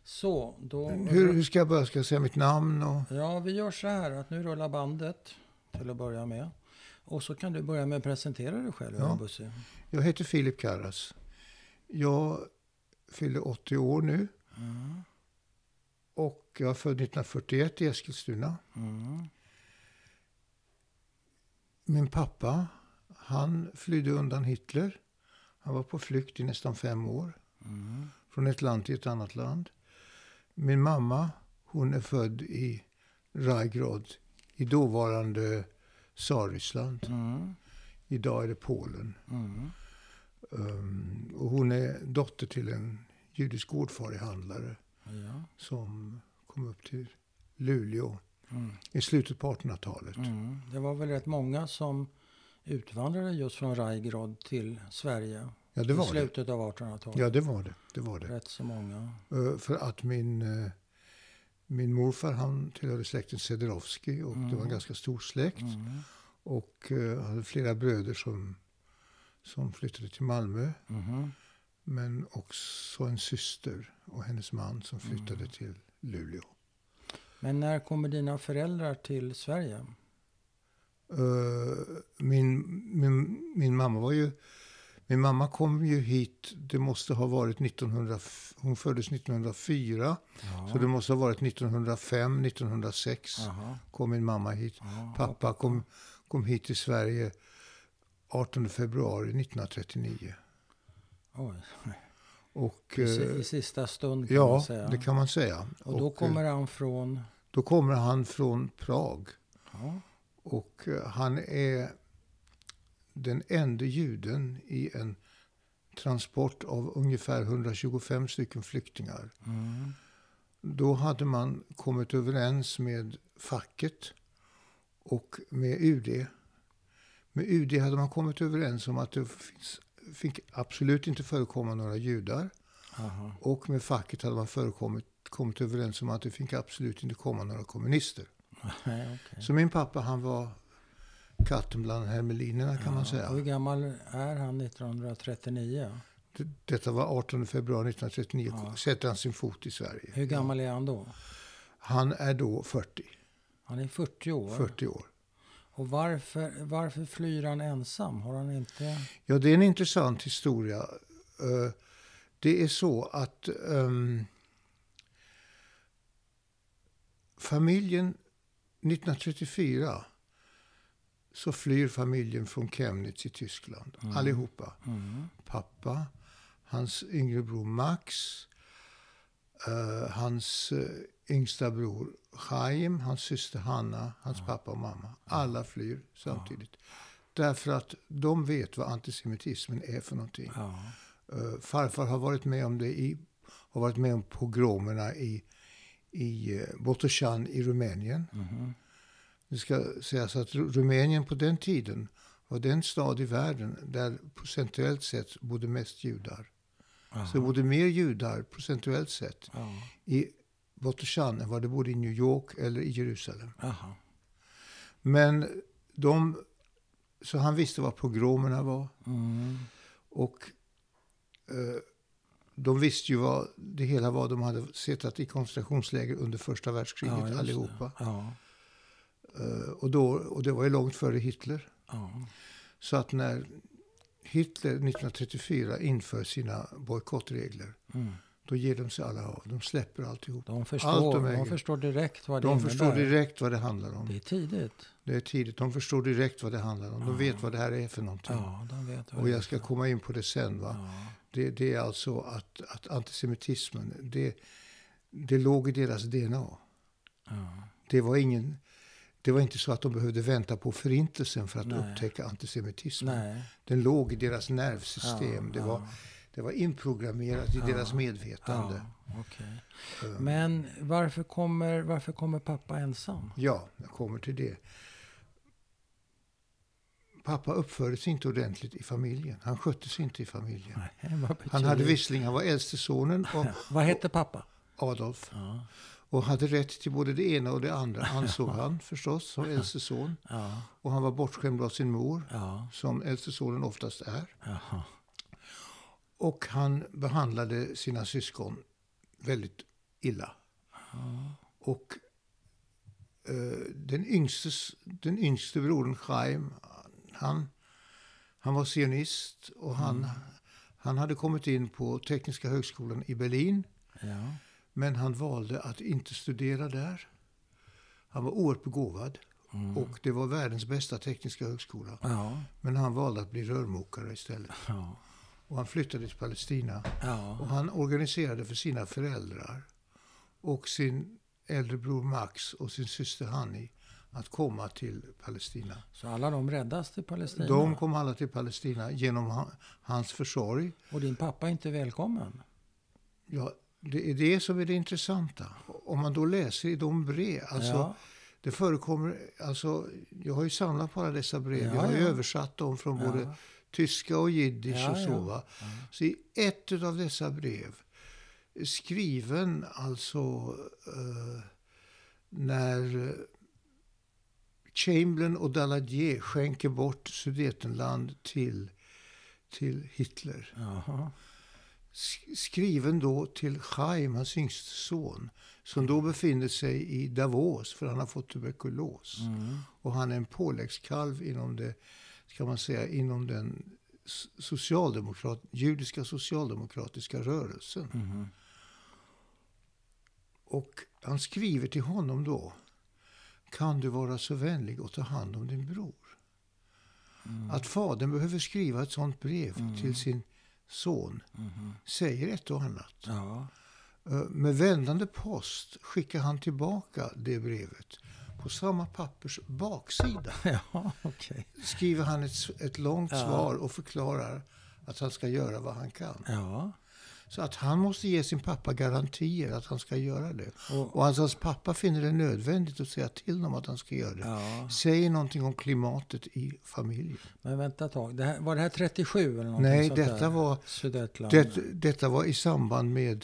Så, då... Hur ska jag börja? Ska jag säga mitt namn? Ja, vi gör så här att nu rullar bandet till att börja med. Och så kan du börja med att presentera dig själv, Ja. Bussi. Jag heter Filip Karras. Jag fyller 80 år nu. Mm. Och jag är född 1941 i Eskilstuna. Mm. Min pappa, han flydde undan Hitler. Han var på flykt i nästan 5 år. Mm. Från ett land till ett annat land. Min mamma, hon är född i Rajgrad, i dåvarande Tsarryssland. Mm. Idag är det Polen. Mm. Och hon är dotter till en judisk gårdfarihandlare Ja. som kom upp till Luleå i slutet på 1800-talet. Mm. Det var väl rätt många som utvandrade just från Rajgrad till Sverige. Ja, det var i slutet av 1800-talet. Ja, det var det. Det var det. Rätt så många. För att min morfar, han tillhörde släkten Sederovski och det var en ganska stor släkt. Mm. Och hade flera bröder som flyttade till Malmö. Mm. Men också en syster och hennes man som flyttade till Luleå. Men när kommer dina föräldrar till Sverige? Min mamma var ju... Min mamma kom ju hit, det måste ha varit hon föddes 1904. Ja. Så det måste ha varit 1905, 1906 Aha. kom min mamma hit. Ja, Pappa kom hit till Sverige 18 februari 1939. Oj. Och, I sista stund kan man säga. Ja, det kan man säga. Och då kommer han från? Då kommer han från Prag. Ja. Och han är den enda juden i en transport av ungefär 125 stycken flyktingar. Mm. Då hade man kommit överens med facket och med UD. Med UD hade man kommit överens om att det fick absolut inte förekomma några judar. Aha. Och med facket hade man kommit överens om att det fick absolut inte komma några kommunister. Nej, okay. Så min pappa, han var katten bland hermelinerna kan man säga. Och hur gammal är han 1939? Detta var 18 februari 1939. Ja. Sätter han sin fot i Sverige. Hur gammal är han då? Han är då 40. Han är 40 år. 40 år. Och varför flyr han ensam? Har han inte... Ja, det är en intressant historia. Det är så att familjen 1934 så flyr familjen från Chemnitz i Tyskland. Allihopa. Mm. Pappa, hans yngre bror Max, hans yngsta bror Chaim, hans syster Hanna, hans pappa och mamma. Alla flyr samtidigt. Därför att de vet vad antisemitismen är för någonting. Ja. Farfar har varit med om det har varit med om pogromerna i Botoșani i Rumänien. Mm. Det ska sägas att Rumänien på den tiden var den stad i världen där procentuellt sett bodde mest judar. Aha. Så det bodde mer judar procentuellt sett i Botoșani än vad det bodde i New York eller i Jerusalem. Aha. Men så han visste vad pogromerna var. Mm. Och de visste ju vad det hela var. De hade suttit i koncentrationsläger under första världskriget allihopa. Ja. Och det var ju långt före Hitler. Ja. Så att när Hitler 1934 inför sina bojkottregler, då ger de sig alla av. De släpper alltihop. De förstår direkt vad det innebär. De förstår direkt vad det handlar om. Det är tidigt. Det är tidigt. De förstår direkt vad det handlar om. De vet vad det här är för någonting. Ja, de vet vad och jag ska komma in på det sen. Va? Ja. Det är alltså att antisemitismen, det låg i deras DNA. Ja. Det var inte så att de behövde vänta på förintelsen för att upptäcka antisemitismen. Nej. Den låg i deras nervsystem. Det var inprogrammerat i deras medvetande. Ja, okay. Men varför kommer pappa ensam? Ja, jag kommer till det. Pappa uppförde sig inte ordentligt i familjen. Han skötte sig inte i familjen. Nej, han hade visserligen, han var äldste sonen. Och, vad hette pappa? Adolf. Ja. Och hade rätt till både det ena och det andra, ansåg han förstås, som äldste son. Ja. Och han var bortskämd av sin mor, som äldste sonen oftast är. Jaha. Och han behandlade sina syskon väldigt illa. Ja. Och den yngste brodern Chaim, han var sionist och han hade kommit in på Tekniska högskolan i Berlin. Ja. Men han valde att inte studera där. Han var oerhört begåvad. Och det var världens bästa tekniska högskola. Ja. Men han valde att bli rörmokare istället. Ja. Och han flyttade till Palestina. Ja. Och han organiserade för sina föräldrar och sin äldre bror Max och sin syster Hanni att komma till Palestina. Så alla de räddas till Palestina? De kom alla till Palestina genom hans försorg. Och din pappa är inte välkommen? Ja, det är det som är det intressanta. Om man då läser i de brev, alltså det förekommer, alltså jag har ju samlat på alla dessa brev. Jag har ju översatt dem från både tyska och jiddisch och så va. Så i ett av dessa brev, skriven alltså när Chamberlain och Daladier skänker bort Sudetenland till Hitler. Jaha. Skriven då till Chaim, hans yngste son, som då befinner sig i Davos för han har fått tuberkulos. Och han är en påläggskalv inom det, ska man säga, inom den judiska socialdemokratiska rörelsen. Och han skriver till honom då: kan du vara så vänlig och ta hand om din bror? Att fadern behöver skriva ett sånt brev till sin son säger ett och annat. Ja. Med vändande post skickar han tillbaka det brevet. På samma pappers baksida skriver han ett långt svar och förklarar att han ska göra vad han kan. Ja. Så att han måste ge sin pappa garantier att han ska göra det. Och hans pappa finner det nödvändigt att säga till dem att han ska göra det. Ja. Säger någonting om klimatet i familjen. Men vänta ett tag. Var det här 37 eller någonting? Nej, detta var i samband med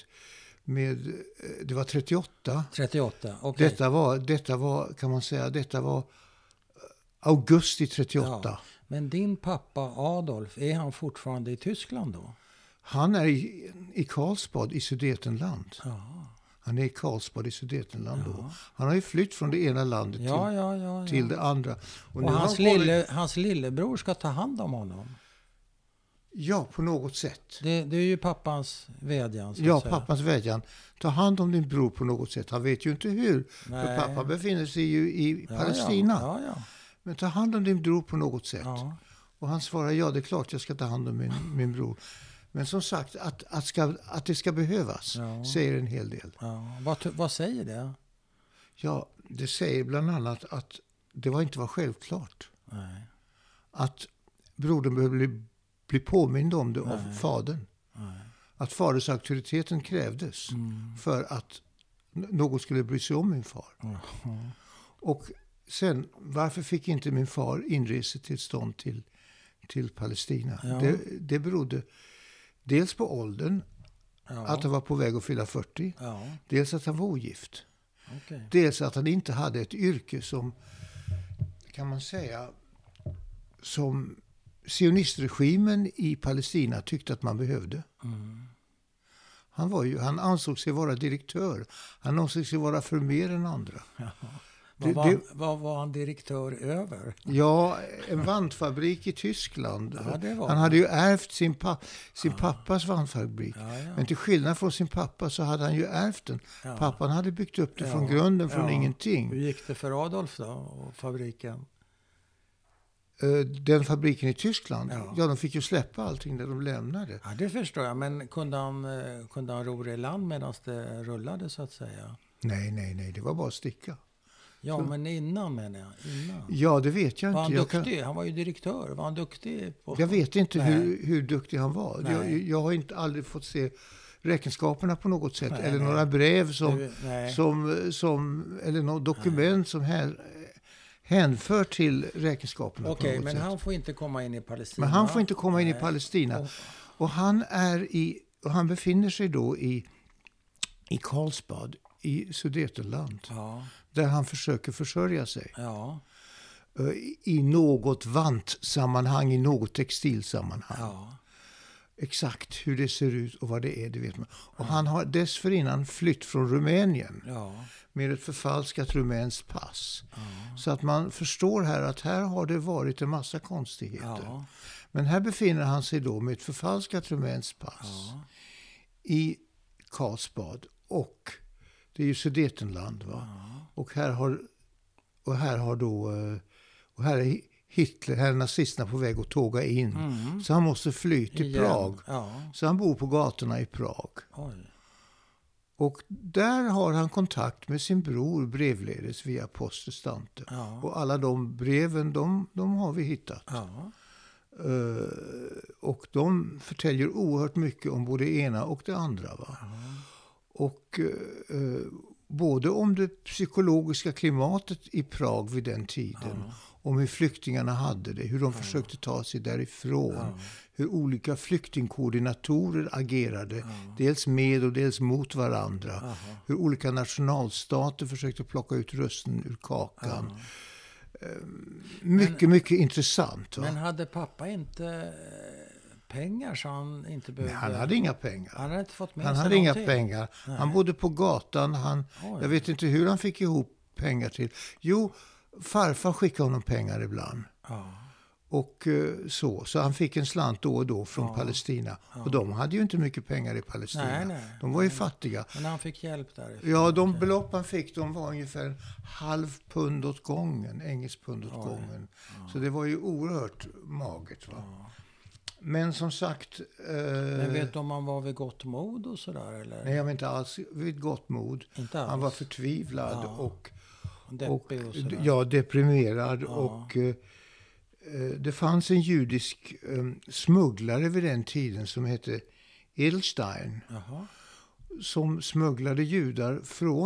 det var 38. 38, okej. Detta var, kan man säga, detta var augusti 38. Ja. Men din pappa Adolf, är han fortfarande i Tyskland då? Han är i Karlsbad i Sudetenland. Ja. Han är i Karlsbad i Sudetenland då. Han har ju flytt från det ena landet till det andra. Och hans lillebror ska ta hand om honom? Ja, på något sätt. Det är ju pappans vädjan. Ja, pappans vädjan. Ta hand om din bror på något sätt. Han vet ju inte hur. Nej. För pappa befinner sig ju i Palestina. Ja. Men ta hand om din bror på något sätt. Ja. Och han svarar, ja det är klart jag ska ta hand om min bror. Men som sagt, att det ska behövas säger en hel del. Ja. Vad säger det? Ja, det säger bland annat att det inte var självklart. Nej. Att brodern behöver bli påmind om det av fadern. Nej. Att faders auktoriteten krävdes för att någon skulle bry sig om min far. Och sen, varför fick inte min far inresetillstånd till Palestina? Ja. Det berodde dels på åldern, att han var på väg att fylla 40. Ja. Dels att han var ogift. Okay. Dels att han inte hade ett yrke som, kan man säga, som sionistregimen i Palestina tyckte att man behövde. Han ansåg sig vara direktör. Han ansåg sig vara för mer än andra. Vad var han direktör över? Ja, en vandfabrik i Tyskland. Ja, han hade ju ärvt sin pappas vandfabrik. Ja. Men till skillnad från sin pappa så hade han ju ärvt den. Ja. Pappan hade byggt upp det från grunden, från ingenting. Hur gick det för Adolf då, och fabriken? Den fabriken i Tyskland, de fick ju släppa allting när de lämnade. Ja, det förstår jag. Men kunde han ro i land medan det rullade så att säga? Nej, det var bara att sticka. Ja, så. Men innan menar jag. Ja, det vet jag inte. Var han duktig? Han var ju direktör. Var han duktig? Jag vet inte hur duktig han var. Jag har aldrig fått se räkenskaperna på något sätt. Eller några brev eller något dokument som hänför till räkenskaperna. Okej, men han får inte komma in i Palestina. Men han får inte komma in i Palestina. Och han befinner sig då i Karlsbad i Sudetenland. Ja. Där han försöker försörja sig. Ja. I något vantsammanhang, i något textilsammanhang. Ja. exakt hur det ser ut och vad det är, det vet man. Och han har dessförinnan flytt från Rumänien med ett förfalskat rumänskt pass. Så att man förstår här att här har det varit en massa konstigheter. Men här befinner han sig då med ett förfalskat rumänskt pass i Karlsbad, och det är ju Sudetenland, va? Och här är Hitler, här är nazisterna på väg att tåga in. Så han måste fly till Prag. Så han bor på gatorna i Prag. Och där har han kontakt med sin bror brevledes via postestanten. Och alla de breven, de har vi hittat. Och de förtäljer oerhört mycket om både det ena och det andra. Va? Och både om det psykologiska klimatet i Prag vid den tiden, om hur flyktingarna hade det, hur de försökte ta sig därifrån, hur olika flyktingkoordinatorer agerade, dels med och dels mot varandra, hur olika nationalstater försökte plocka ut rösten ur kakan. Mycket intressant. Va? Men hade pappa inte pengar så han inte behövde... Nej, han hade inga pengar. Han hade inte fått med han sig hade någonting. Inga pengar. Nej. Han bodde på gatan. Jag vet inte hur han fick ihop pengar till. Jo, farfar skickade honom pengar ibland. Och så han fick en slant då och då från Palestina. Och de hade ju inte mycket pengar i Palestina. Nej, de var ju fattiga. Men han fick hjälp därifrån. Ja, de belopp han fick, de var ungefär $0,5 åt gången. Engelsk pund åt gången. Så det var ju oerhört magert, va? Men som sagt... Men vet du om han var vid gott mod och sådär? Eller? Nej, jag var inte alls vid gott mod. Inte alls. Han var förtvivlad och deppig och sådär. Ja, deprimerad. Och det fanns en judisk smugglare vid den tiden som hette Edelstein. Som smugglade judar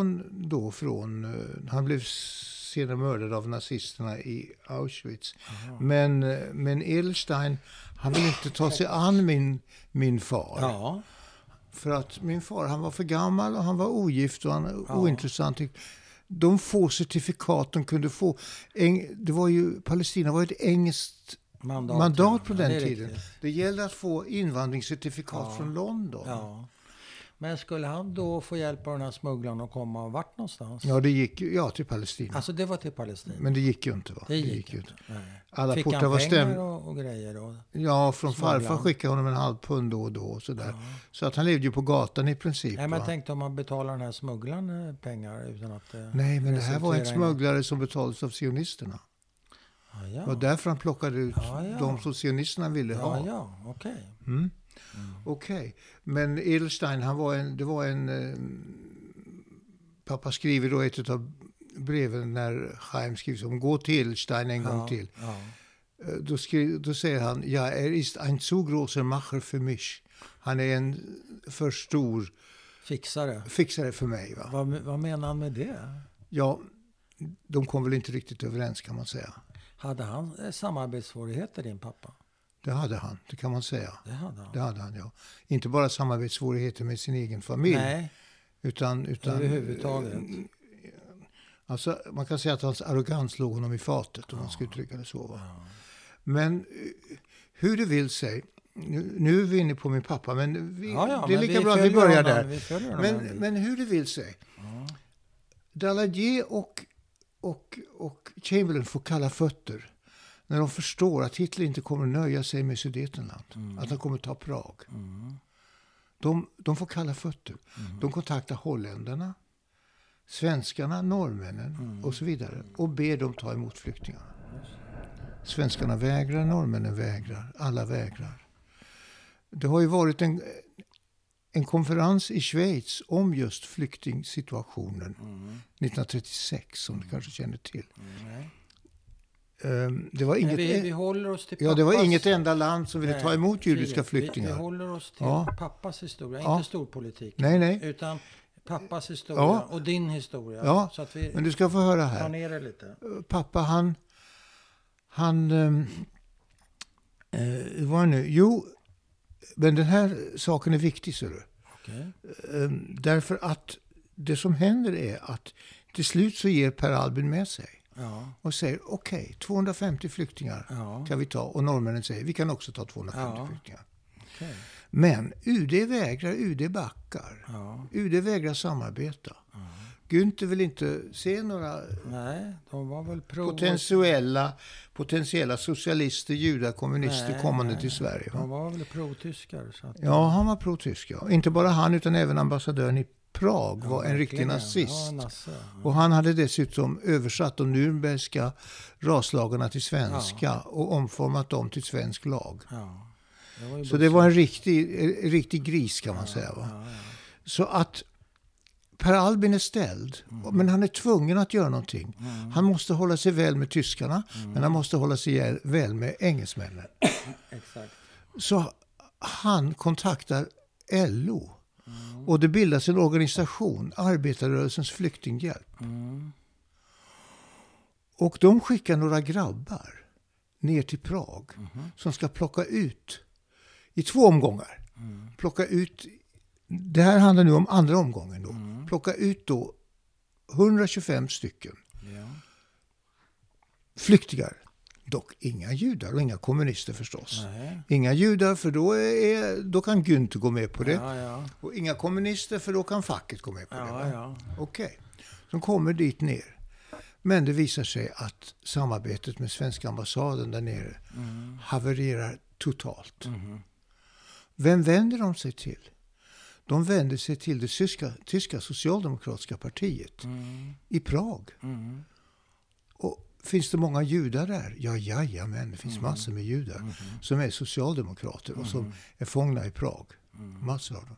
från han blev senare mördad av nazisterna i Auschwitz. Men Edelstein, han ville inte ta sig an min far. För att min far, han var för gammal och han var ogift och han ointressant. De få certifikat de kunde få. Palestina var ett engelskt mandat på den tiden. Det gällde att få invandringscertifikat från London. Men skulle han då få hjälp av den här smugglaren att komma vart någonstans? Ja, det gick till Palestina. Alltså det var till Palestina? Men det gick ju inte, va? Det gick inte. Alla fick portar han var pengar och grejer då? Ja, från farfar skickade honom $0,5 då och då och sådär. Så att han levde ju på gatan i princip. Nej, men jag tänkte om man betalar den här smugglaren pengar utan att... Nej, men det här var en smugglare som betalades av sionisterna. Det var därför han plockade ut de som sionisterna ville ha. Okej. Okej. Men Edelstein, pappa skriver då ett av breven när Chaim skriver om gå till Edelstein en gång till. Då säger han, ist ein zu großer Macher für mich. Han är en för stor fixare för mig. Va? Vad menar han med det? Ja, de kom väl inte riktigt överens, kan man säga. Hade han samarbetssvårigheter, din pappa? Det hade han, det kan man säga. Det hade han, ja. Inte bara samarbetssvårigheter med sin egen familj. Nej, utan överhuvudtaget. Alltså, man kan säga att hans arrogans låg honom i fatet, om man ska uttrycka det så. Va? Men hur det vill sig, nu är vi inne på min pappa, men det är lika bra att vi börjar där. Men hur det vill sig. Daladier och Chamberlain får kalla fötter när de förstår att Hitler inte kommer nöja sig med Sudetenland. Att han kommer ta Prag. De får kalla fötter. De kontaktar holländarna, svenskarna, norrmännen och så vidare. Och ber dem ta emot flyktingarna. Svenskarna vägrar, norrmännen vägrar. Alla vägrar. Det har ju varit en konferens i Schweiz om just flyktingsituationen 1936, som du kanske känner till. Det var inget, vi håller oss till pappas, det var inget enda land som ville ta emot judiska flyktingar. Vi håller oss till pappas historia, inte storpolitik. Nej. Utan pappas historia och din historia. Ja, så att vi men du ska få höra här. Ta ner det lite. Pappa, han var nu... Jo, men den här saken är viktig, ser du. Okay. Därför att det som händer är att till slut så ger Per Albin med sig. Och säger, okej, 250 flyktingar kan vi ta. Och norrmännen säger, vi kan också ta 250 flyktingar. Okay. Men UD vägrar, UD backar. Ja. UD vägrar samarbeta. Ja. Günther vill inte se några Nej, de var väl potentiella socialister, judar, kommunister kommande till Sverige. Va? De var väl pro-tyskar. Så att Ja, han var pro-tysk. Ja. Inte bara han utan även ambassadören i Prag var en riktig nazist. Ja, nasse. Ja. Och han hade dessutom översatt de Nürnbergska raslagarna till svenska och omformat dem till svensk lag. Ja. Så det var en riktig gris kan man säga. Va? Ja. Så att Per Albin är ställd, men han är tvungen att göra någonting. Han måste hålla sig väl med tyskarna, men han måste hålla sig väl med engelsmännen. Exakt. Så han kontaktar LO. Och det bildas en organisation, Arbetarrörelsens flyktinghjälp. Och de skickar några grabbar ner till Prag som ska plocka ut i 2 omgångar. Plocka ut, det här handlar nu om andra omgången då. Plocka ut då 125 stycken flyktingar. Dock inga judar och inga kommunister förstås. Nej. Inga judar för då kan Günther gå med på det. Ja. Och inga kommunister för då kan facket gå med på det. Va? Ja. Okej. De kommer dit ner. Men det visar sig att samarbetet med svenska ambassaden där nere havererar totalt. Vem vänder de sig till? De vänder sig till det tyska socialdemokratiska partiet i Prag. Och finns det många judar där? Ja, men det finns massor med judar som är socialdemokrater och som är fångna i Prag. Massor av dem.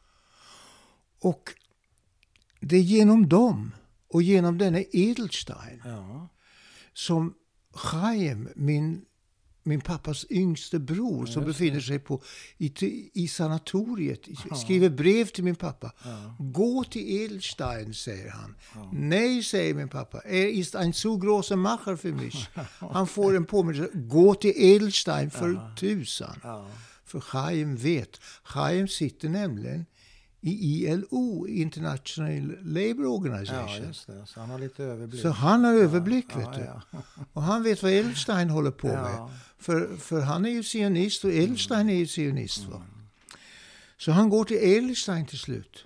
Och det är genom dem och genom denne Edelstein som Chaim, min pappas yngste bror som befinner sig i sanatoriet, skriver brev till min pappa. Gå till Edelstein, säger han. Nej, säger min pappa. Ist ein zu großer Macher für mich. Han får en påminnelse. Gå till Edelstein för tusan. För Chaim vet. Chaim sitter nämligen i ILO, International Labour Organization. Ja, just det. Så han har lite överblick. Så han har överblick, vet du. Ja. Och han vet vad Edelstein håller på med. För han är ju sionist och Edelstein är ju sionist. Va? Så han går till Edelstein till slut.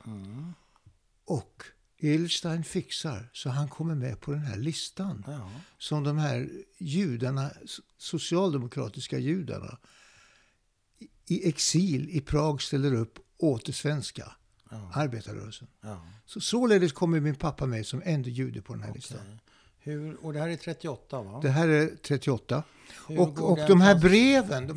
Och Edelstein fixar så han kommer med på den här listan. Som de här judarna, socialdemokratiska judarna i exil i Prag ställer upp åt det svenska arbetarrörelsen. Således kommer min pappa med som enda jude på den här listan. Och det här är 38, va? Det här är 38. Och de här breven,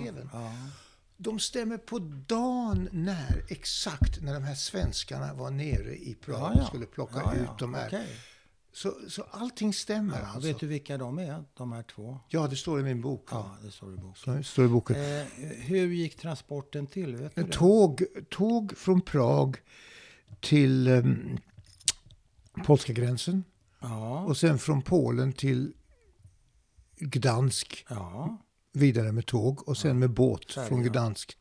de stämmer på dagen när, exakt när de här svenskarna var nere i Prag och skulle plocka ut de här. Okay. Så allting stämmer. Alltså. Vet du vilka de är, de här 2? Ja, det står i min bok. Ja, det står i boken. Så, det står i boken. Hur gick transporten till? Vet du det? Tåg från Prag till polska gränsen. Och sen från Polen till Gdansk. Vidare med tåg. Och sen med båt från Gdansk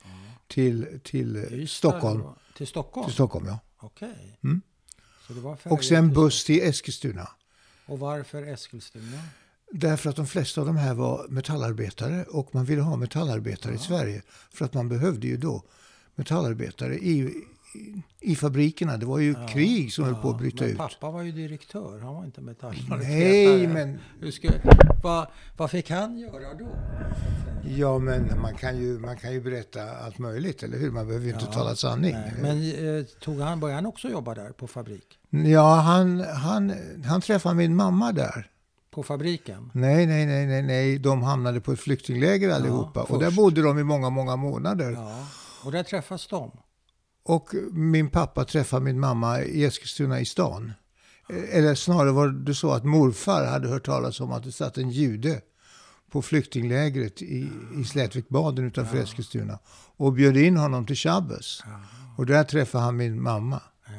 till Stockholm. Till Stockholm? Till Stockholm, ja. Okej. Så det var och sen buss till Eskilstuna. Och varför Eskilstuna? Därför att de flesta av de här var metallarbetare. Och man ville ha metallarbetare i Sverige. För att man behövde ju då metallarbetare i fabrikerna. Det var ju krig som höll på att bryta ut. Pappa var ju direktör. Han var inte metallarbetare. Nej, men... Vad fick han göra då? Ja, men man kan ju berätta allt möjligt, eller hur? Man behöver ju inte tala sanning. Nej. Men började han också jobba där på fabrik? Ja, han träffade min mamma där. På fabriken? Nej. De hamnade på ett flyktingläger allihopa. Och där bodde de i många, många månader. Ja. Och där träffas de? Och min pappa träffade min mamma i Eskilstuna i stan. Eller snarare var det så att morfar hade hört talas om att det satt en jude på flyktinglägret i Slätvikbaden utanför Eskilstuna. Och bjöd in honom till Shabbos. Och där träffade han min mamma.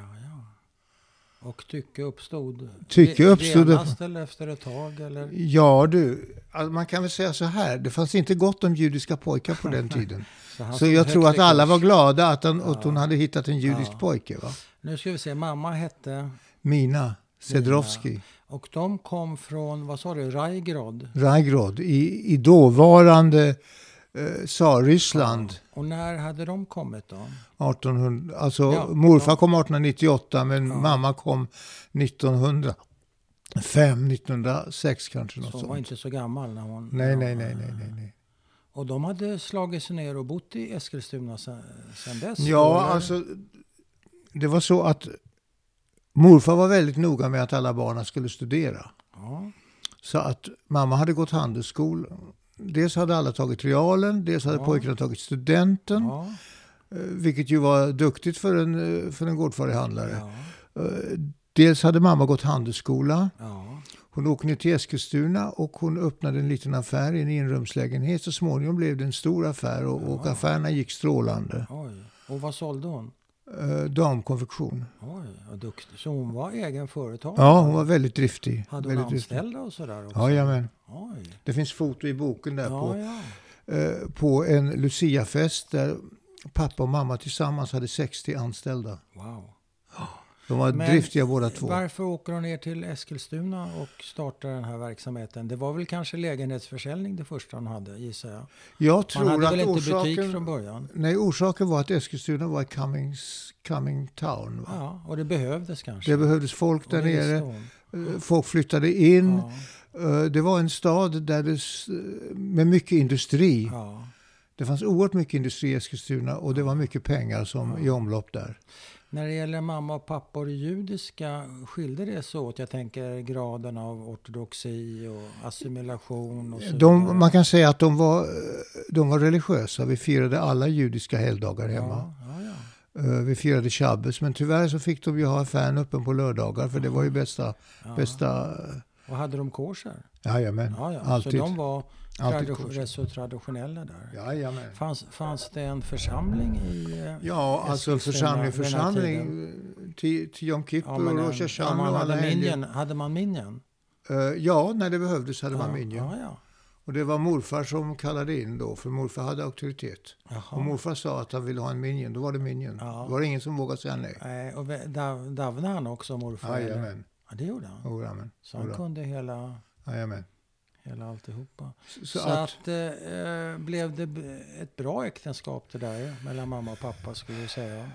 Och tycke uppstod genast eller efter ett tag? Eller? Ja, man kan väl säga så här. Det fanns inte gott om judiska pojkar på den tiden. så jag tror att alla var glada att hon hade hittat en judisk pojke. Va? Nu ska vi se, mamma hette? Mina Sedrovski. Och de kom från, vad sa du, Rajgrod? Rajgrod, i dåvarande Tsarryssland. Ja. Och när hade de kommit då? 1800, alltså morfar kom 1898 men mamma kom 1905, 1906 kanske. Något Så hon sånt. var inte så gammal när hon... Nej. Och de hade slagit sig ner och bott i Eskilstuna sen dess? Ja, alltså det var så att morfar var väldigt noga med att alla barnen skulle studera. Ja. Så att mamma hade gått handelsskola. Dels hade alla tagit realen, dels hade pojkarna tagit studenten. Ja. Vilket ju var duktigt för en gårdfarihandlare. Ja. Dels hade mamma gått handelsskola. Ja. Hon åkte ner till Eskilstuna och hon öppnade en liten affär i en enrumslägenhet. Så småningom blev det en stor affär och affärerna gick strålande. Oj. Och vad sålde hon? Damkonfektion. Oj, vad duktig. Så hon var egen företag? Ja, hon var väldigt driftig. Hade hon väldigt anställda och sådär också? Jajamän. Oj. Det finns foto i boken där Ja. på en Luciafest där pappa och mamma tillsammans hade 60 anställda. Wow. De var driftiga båda två. Varför åker hon ner till Eskilstuna och startar den här verksamheten? Det var väl kanske lägenhetsförsäljning det första hon hade, gissar jag. Jag tror Man hade att väl inte butik från början? Nej, orsaken var att Eskilstuna var ett coming town. Va? Ja, och det behövdes kanske. Det behövdes folk där Och det nere. visste hon. Folk flyttade in. Ja. Det var en stad där med mycket industri. Ja. Det fanns oerhört mycket industri i Eskilstuna och det var mycket pengar som i omlopp där. När det gäller mamma och pappa och det judiska, skilde det så åt? Jag tänker graden av ortodoxi och assimilation och så vidare. Man kan säga att de var religiösa. Vi firade alla judiska helgdagar hemma. Ja. Vi firade Shabbos, men tyvärr så fick de ju ha affären öppen på lördagar för det var ju bästa. Och hade de kosher? Jajamän, Ja. alltid. Så de var kosher. så traditionella där? Jajamän. Fanns det en församling i Ja, alltså församling till Yom Kippur och Rosh Hashanah och alla helger. Hade man minjan? Ja, när det behövdes hade man minjan. Ja. Och det var morfar som kallade in då, för morfar hade auktoritet. Jaha. Och morfar sa att han ville ha en minjan, då var det minjan. Ja. Det var ingen som vågade säga nej. Nej, och davnade han också morfar? Jajamän. Ja, det gjorde han. Jajamän. Så han kunde hela alltihopa. Så att blev det ett bra äktenskap det där mellan mamma och pappa, skulle jag säga?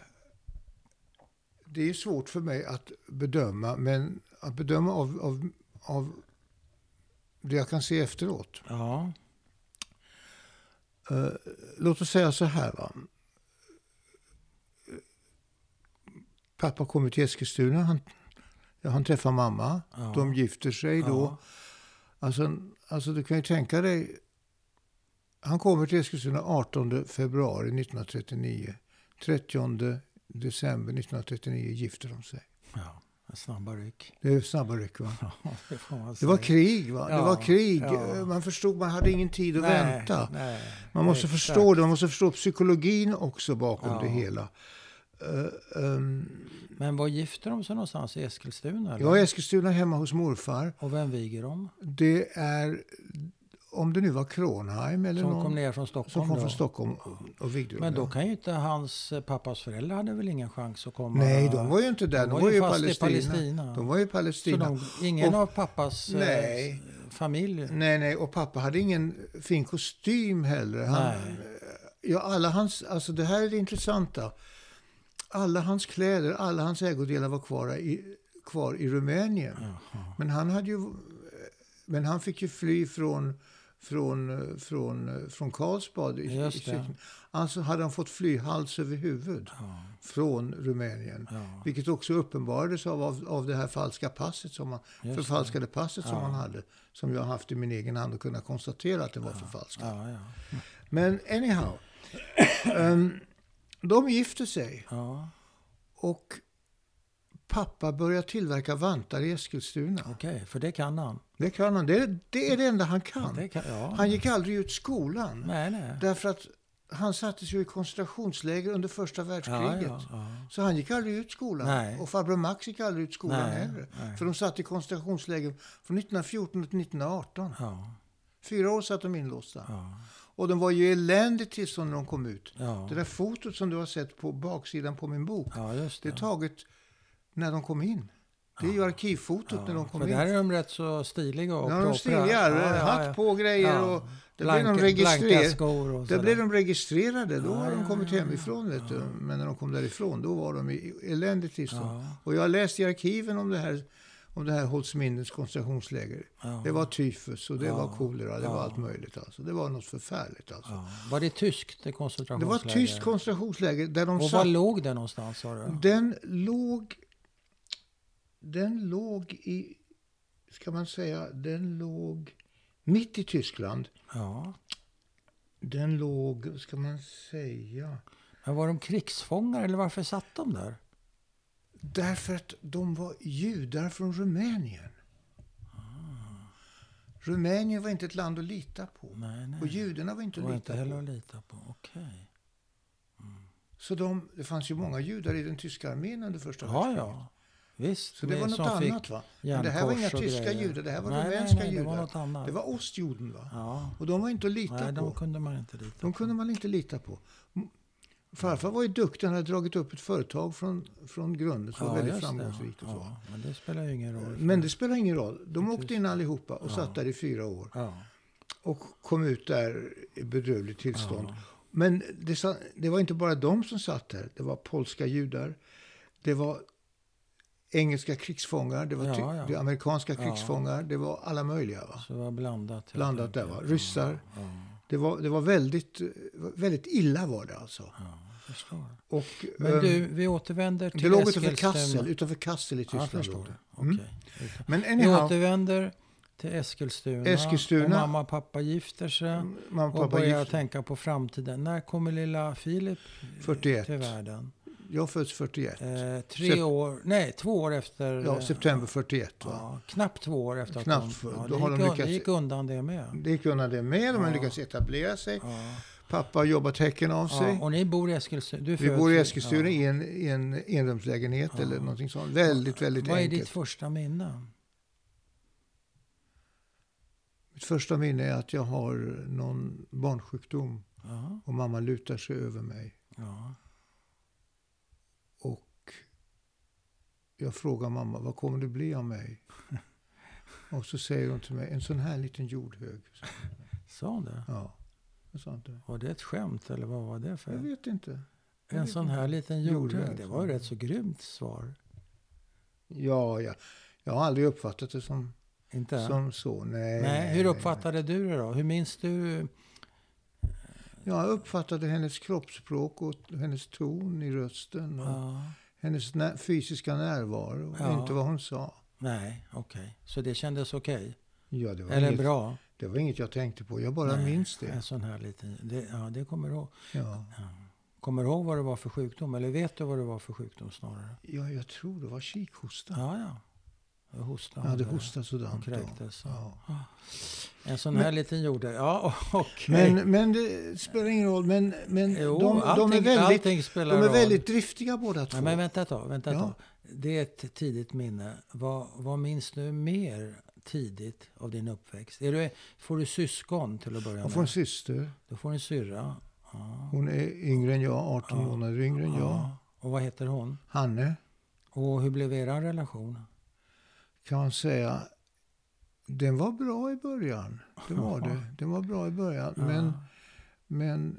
Det är svårt för mig att bedöma, men att bedöma av det jag kan se efteråt. Ja. Låt oss säga så här, va. Pappa kommer till Eskilstuna, han träffar mamma, de gifter sig då. Alltså du kan ju tänka dig, han kommer till Eskilstuna 18 februari 1939. 30 december 1939 gifter de sig. Ja, snabba ryck. Det är snabba ryck, va? Ja, det var krig, va? Ja, det var krig. ja. Man förstod, man hade ingen tid att vänta. Nej, man måste förstå det, man måste förstå psykologin också bakom det hela. Men var gifter de sig någonstans? I Eskilstuna? Eller? Ja, i Eskilstuna hemma hos morfar. Och vem viger de? Det är, om det nu var Kronheim eller som någon. Kom ner från Stockholm. Som kom från Stockholm och vigde dem. Men då kan ju inte hans pappas föräldrar hade väl ingen chans att komma? Nej, de var ju inte där. De var ju i Palestina. De var ju i Palestina. Så ingen av pappas familj? Nej, och pappa hade ingen fin kostym heller. Alla hans, alltså det här är det intressanta. Alla hans kläder, alla hans ägodelar var kvar i Rumänien. Jaha. Men han fick ju fly från Karlsbad. Alltså hade han fått fly hals över huvud från Rumänien. Ja. Vilket också uppenbarades av det här falska passet förfalskade passet som han hade. Som jag har haft i min egen hand och kunnat konstatera att det var förfalskat. Ja. Men anyhow. De gifte sig. Ja. Och pappa började tillverka vantar i Eskilstuna. Okej, för det kan han. Det kan han. Det är det enda han kan. Ja. Han gick aldrig ut skolan. Nej. Därför att han sattes ju i koncentrationsläger under första världskriget. Ja. Så han gick aldrig ut skolan. Nej. Och farbror Max gick aldrig ut skolan heller. Nej. För de satt i koncentrationsläger från 1914 till 1918. Ja. 4 år satt de inlåsta. Ja. Och de var ju eländigt tillstånd när de kom ut. Ja. Det där fotot som du har sett på baksidan på min bok. Ja, just det. Det är taget när de kom in. Det är ju arkivfotot när de För kommer in. där är de rätt så stiliga och Ja, de stiliga. Hatt på grejer och det blanka skor och där blev de registrerade. Då har de kommit hemifrån, vet du. Men när de kom därifrån, då var de i eländigt tillstånd. Och jag har läst i arkiven om det här Holzminnens koncentrationsläger. Det var tyfus och det var kolera, det var allt möjligt alltså. Det var något förfärligt alltså. Var det tyskt koncentrationsläger? Det var ett tyskt koncentrationsläger där de och var låg det någonstans, sa du? Den låg i, ska man säga, mitt i Tyskland. Ja. Den låg, ska man säga. Men var de krigsfångar eller varför satt de där? Därför att de var judar från Rumänien. Rumänien var inte ett land att lita på. Nej. Och judarna var inte att lita på. Att lita på. Okej. Så det fanns ju många judar i den tyska armén under första världskriget. Ja. Visst. Så det var något annat, va? Men det här var inga tyska judar, det här var rumänska judar. Det var något annat. Det var ostjuden, va? Ja. Och de var inte att lita på. Nej, de kunde man inte lita på. De kunde man inte lita på. Farfar var ju duktig, han hade dragit upp ett företag från grunden som var väldigt framgångsrikt och så. Ja, men det spelar ju ingen roll. Men det spelar ingen roll. De åkte in allihopa och satt där i 4 år. Ja. Och kom ut där i bedrövligt tillstånd. Ja. Men det var inte bara de som satt där. Det var polska judar. Det var engelska krigsfångar. Det var det amerikanska krigsfångar. Det var alla möjliga, va? Så det var blandat. Blandat där, va? Ryssar. Ja. Det var väldigt, väldigt illa var det alltså. Ja, jag förstår. Och, men du, vi återvänder till Eskilstuna. Utanför Kassel i Tyskland. Ja, jag förstår det. Okay. Men vi återvänder till Eskilstuna. Och mamma och pappa gifter sig. Och börjar tänka på framtiden. När kommer lilla Filip 41. till världen? Jag föds 41. 2 år efter. Ja, september 41. Va? Ja, knappt 2 år efter att det gick undan det med. Det gick undan det med. De har lyckats etablera sig. Ja. Pappa har jobbat häcken av sig. Ja, och ni bor i Eskilstuna? Vi bor i Eskilstuna i en enrumslägenhet eller någonting sånt. Väldigt, väldigt enkelt. Vad är ditt första minne? Mitt första minne är att jag har någon barnsjukdom. Ja. Och mamma lutar sig över mig. Ja. Och jag frågar mamma, vad kommer det bli av mig? Och så säger hon till mig, en sån här liten jordhög. Sa hon det? Ja, jag sa inte. Var det ett skämt eller vad var det för? Jag vet inte. En sån här liten jordhög, det var ju rätt så grymt svar. Ja, jag har aldrig uppfattat det som så. Nej, hur uppfattade du det då? Hur minns du? Jag uppfattade hennes kroppsspråk och hennes ton i rösten. Och hennes fysiska närvaro. Och inte vad hon sa. Nej, okej. Så det kändes okej? Ja, det var eller bra? Det var inget jag tänkte på. Jag bara minns det. En sån här liten... det kommer du ihåg. Ja. Kommer du ihåg vad det var för sjukdom? Eller vet du vad det var för sjukdom snarare? Ja, jag tror det var kikhosta. Ja. Jag hade hostat sådant. Och kräktes. Ja. En sån här liten jorde. Ja, men det spelar ingen roll. Men jo, de är väldigt driftiga båda två. Ja, men vänta ett tag. Det är ett tidigt minne. Vad minns du mer tidigt av din uppväxt? Får du syskon till att börja med? Jag får en syster. Då får en syrra. Ja. Hon är yngre än jag, 18 månader yngre än jag. Och vad heter hon? Hanne. Och hur blev er relation? Kan man säga, den var bra i början. Det var det. Den var bra i början. Men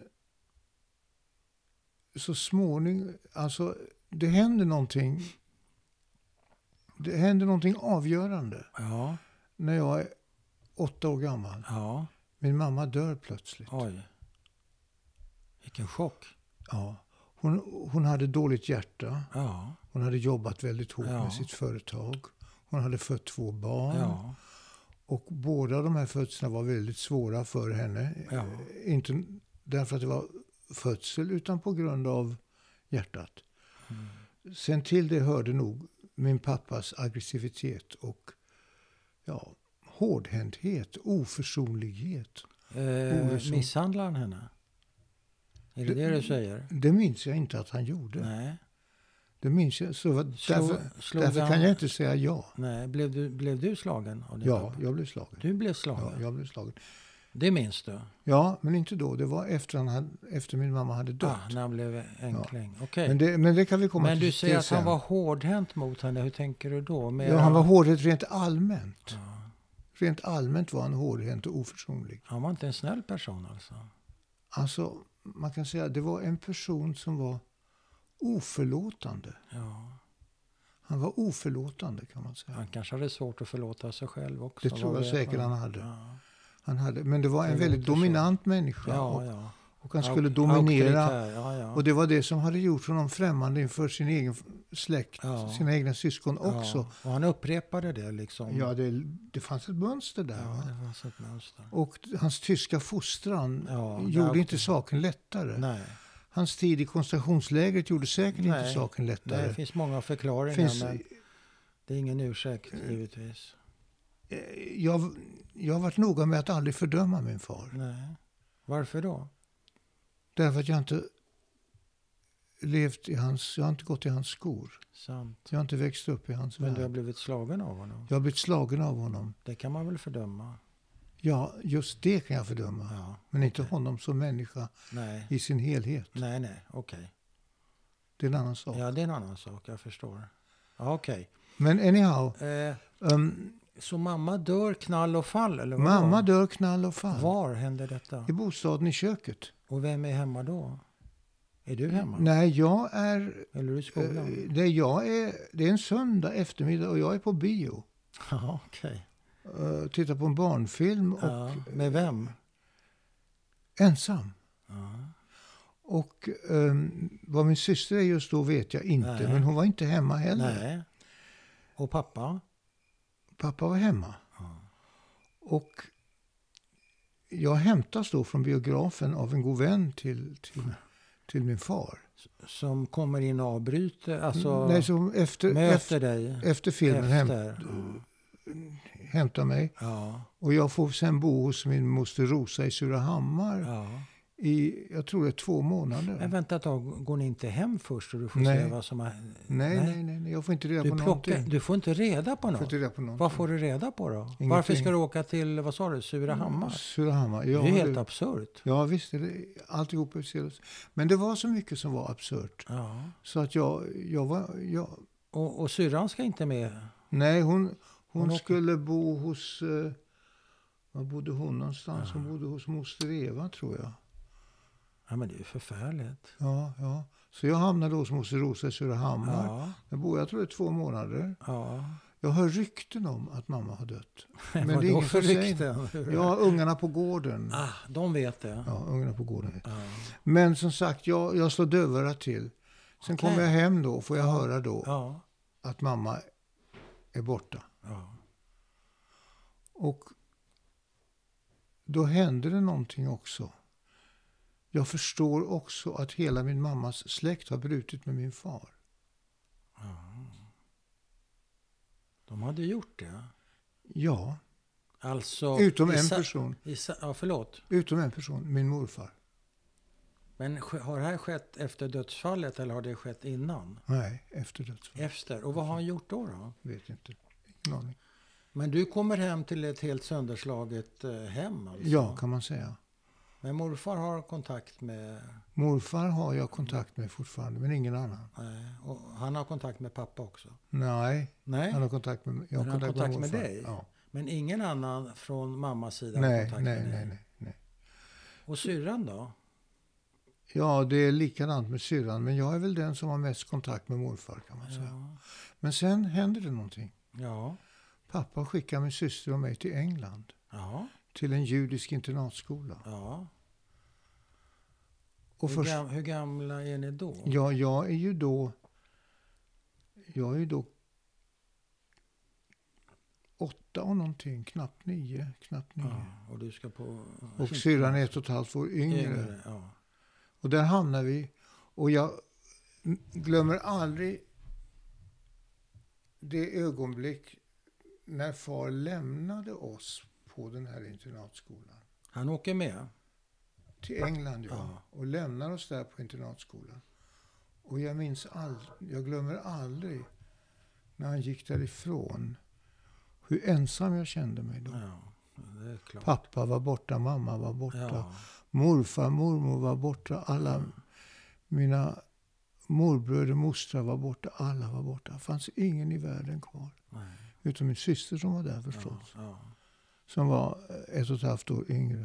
så småningom, alltså det händer någonting. Det händer någonting avgörande. Ja. När jag är 8 år gammal. Ja. Min mamma dör plötsligt. Oj. Vilken chock. Ja. Hon hade dåligt hjärta. Ja. Hon hade jobbat väldigt hårt med sitt företag. Hon hade fött 2 barn. Ja. Och båda de här födslarna var väldigt svåra för henne. Ja. Inte därför att det var födsel utan på grund av hjärtat. Mm. Sen till det hörde nog min pappas aggressivitet och hårdhänthet, oförsonlighet. Misshandlade han henne? Är det du säger? Det minns jag inte att han gjorde. Nej. Det minns jag. Så därför kan jag inte säga ja. Nej. Blev du slagen av din pappa? Jag blev slagen. Du blev slagen? Ja, jag blev slagen. Det minns du? Ja, men inte då. Det var efter min mamma hade dött. När han blev enkling. Ja. Okej. Men det kan vi komma till. Men du säger att sen. han var hårdhänt mot henne. Hur tänker du då? Ja, han var hårdhänt rent allmänt. Ja. Rent allmänt var han hårdhänt och oförsonlig. Han var inte en snäll person alltså? Alltså, man kan säga att det var en person som var oförlåtande. Ja. Han var oförlåtande, kan man säga. Han kanske hade svårt att förlåta sig själv också. Det tror jag säkert han hade. Ja. Men det var en väldigt dominant människa. Ja. Och han skulle dominera. Ja. Och det var det som hade gjort honom främmande inför sin egen släkt, sina egna syskon också. Och han upprepade det liksom. Ja, det fanns ett mönster där. Ja, det fanns ett mönster. Och hans tyska fostran gjorde inte saken lättare. Nej. Hans tid i koncentrationslägret gjorde säkert inte saken lättare. Nej, det finns många förklaringar, men det är ingen ursäkt givetvis. Jag har varit noga med att aldrig fördöma min far. Nej. Varför då? Därför att jag inte jag har inte gått i hans skor. Sant. Jag har inte växt upp i hans värld. Men du har blivit slagen av honom? Jag har blivit slagen av honom. Det kan man väl fördöma? Ja, just det kan jag fördöma. Ja, men inte honom som människa i sin helhet. Nej, okej. Det är en annan sak. Ja, det är en annan sak, jag förstår. Ja, okej. Men anyhow. Så mamma dör knall och fall, eller vad? Mamma dör knall och fall. Var hände detta? I bostaden i köket. Och vem är hemma då? Är du hemma? Nej, jag är... Eller är du i skolan? Det är en söndag eftermiddag och jag är på bio. Ja, okej. Tittar på en barnfilm. Och, med vem? Ensam. Ja. Och vad min syster är just då vet jag inte. Nej. Men hon var inte hemma heller. Nej. Och pappa? Pappa var hemma. Ja. Och jag hämtas då från biografen av en god vän till min far. Som kommer in och avbryter? Alltså nej, som möter dig? Efter filmen hämtar mig. Ja. Och jag får sen bo hos min moster Rosa i Surahammar. Ja. Jag tror det är 2 månader. Men vänta ett tag, går ni inte hem först och du får se vad som har... Nej, jag får inte reda på någonting. Du får inte reda på något? Vad får du reda på då? Ingenting. Varför ska du åka till, vad sa du, Surahammar? Surahammar, ja. Det är helt absurt. Ja, visst. Alltihop är absurt. Men det var så mycket som var absurt. Ja. Så att jag var... Och syrran ska inte med? Nej, hon skulle bo hos... var bodde hon någonstans? Ja. Hon bodde hos moster Eva, tror jag. Ja, men det är ju förfärligt. Ja. Så jag hamnade hos moster Rosa i Surahammar. Ja. Jag tror det är 2 månader. Ja. Jag hör rykten om att mamma har dött. Men det är ingen för rykten? Ja, ungarna på gården. De vet det. Ja, ungarna på gården vet. Ja. Men som sagt, jag slår dövörat till. Sen kommer jag hem då och får jag höra då att mamma är borta. Ja. Och då händer det någonting också. Jag förstår också att hela min mammas släkt har brutit med min far. De hade gjort det? Ja. Alltså, utom en person. Förlåt. Utom en person, min morfar. Men har det här skett efter dödsfallet eller har det skett innan? Nej, efter dödsfallet. Efter? Och vad har han gjort då? Vet inte. Ingen aning. Men du kommer hem till ett helt sönderslaget hem alltså? Ja, kan man säga. Men morfar har kontakt med... Morfar har jag kontakt med fortfarande, men ingen annan. Nej. Och han har kontakt med pappa också? Nej. Han har kontakt med... Jag har kontakt med dig? Ja. Men ingen annan från mammas sida har kontakt med dig? Nej. Och syrran då? Ja, det är likadant med syrran. Men jag är väl den som har mest kontakt med morfar, kan man säga. Men sen händer det någonting. Ja. Pappa skickar min syster och mig till England. Ja. Till en judisk internatskola. Ja. Och hur gamla är ni då? Ja, jag är ju då 8 och någonting, knappt 9. Ja, och du ska på... Och syrran är 1,5 år yngre. Ja. Och där hamnar vi. Och jag glömmer aldrig det ögonblick när far lämnade oss på den här internatskolan. Han åker med? Till England, ja. Och lämnar oss där på internatskolan. Och jag glömmer aldrig när han gick därifrån hur ensam jag kände mig då. Det är klart. Pappa var borta, mamma var borta. Ja. Morfar, mormor var borta. Alla mina morbröder och mostrar var borta. Alla var borta. Det fanns ingen i världen kvar. Nej. Utom min syster som var där förstås. Ja. Som var 1,5 år yngre.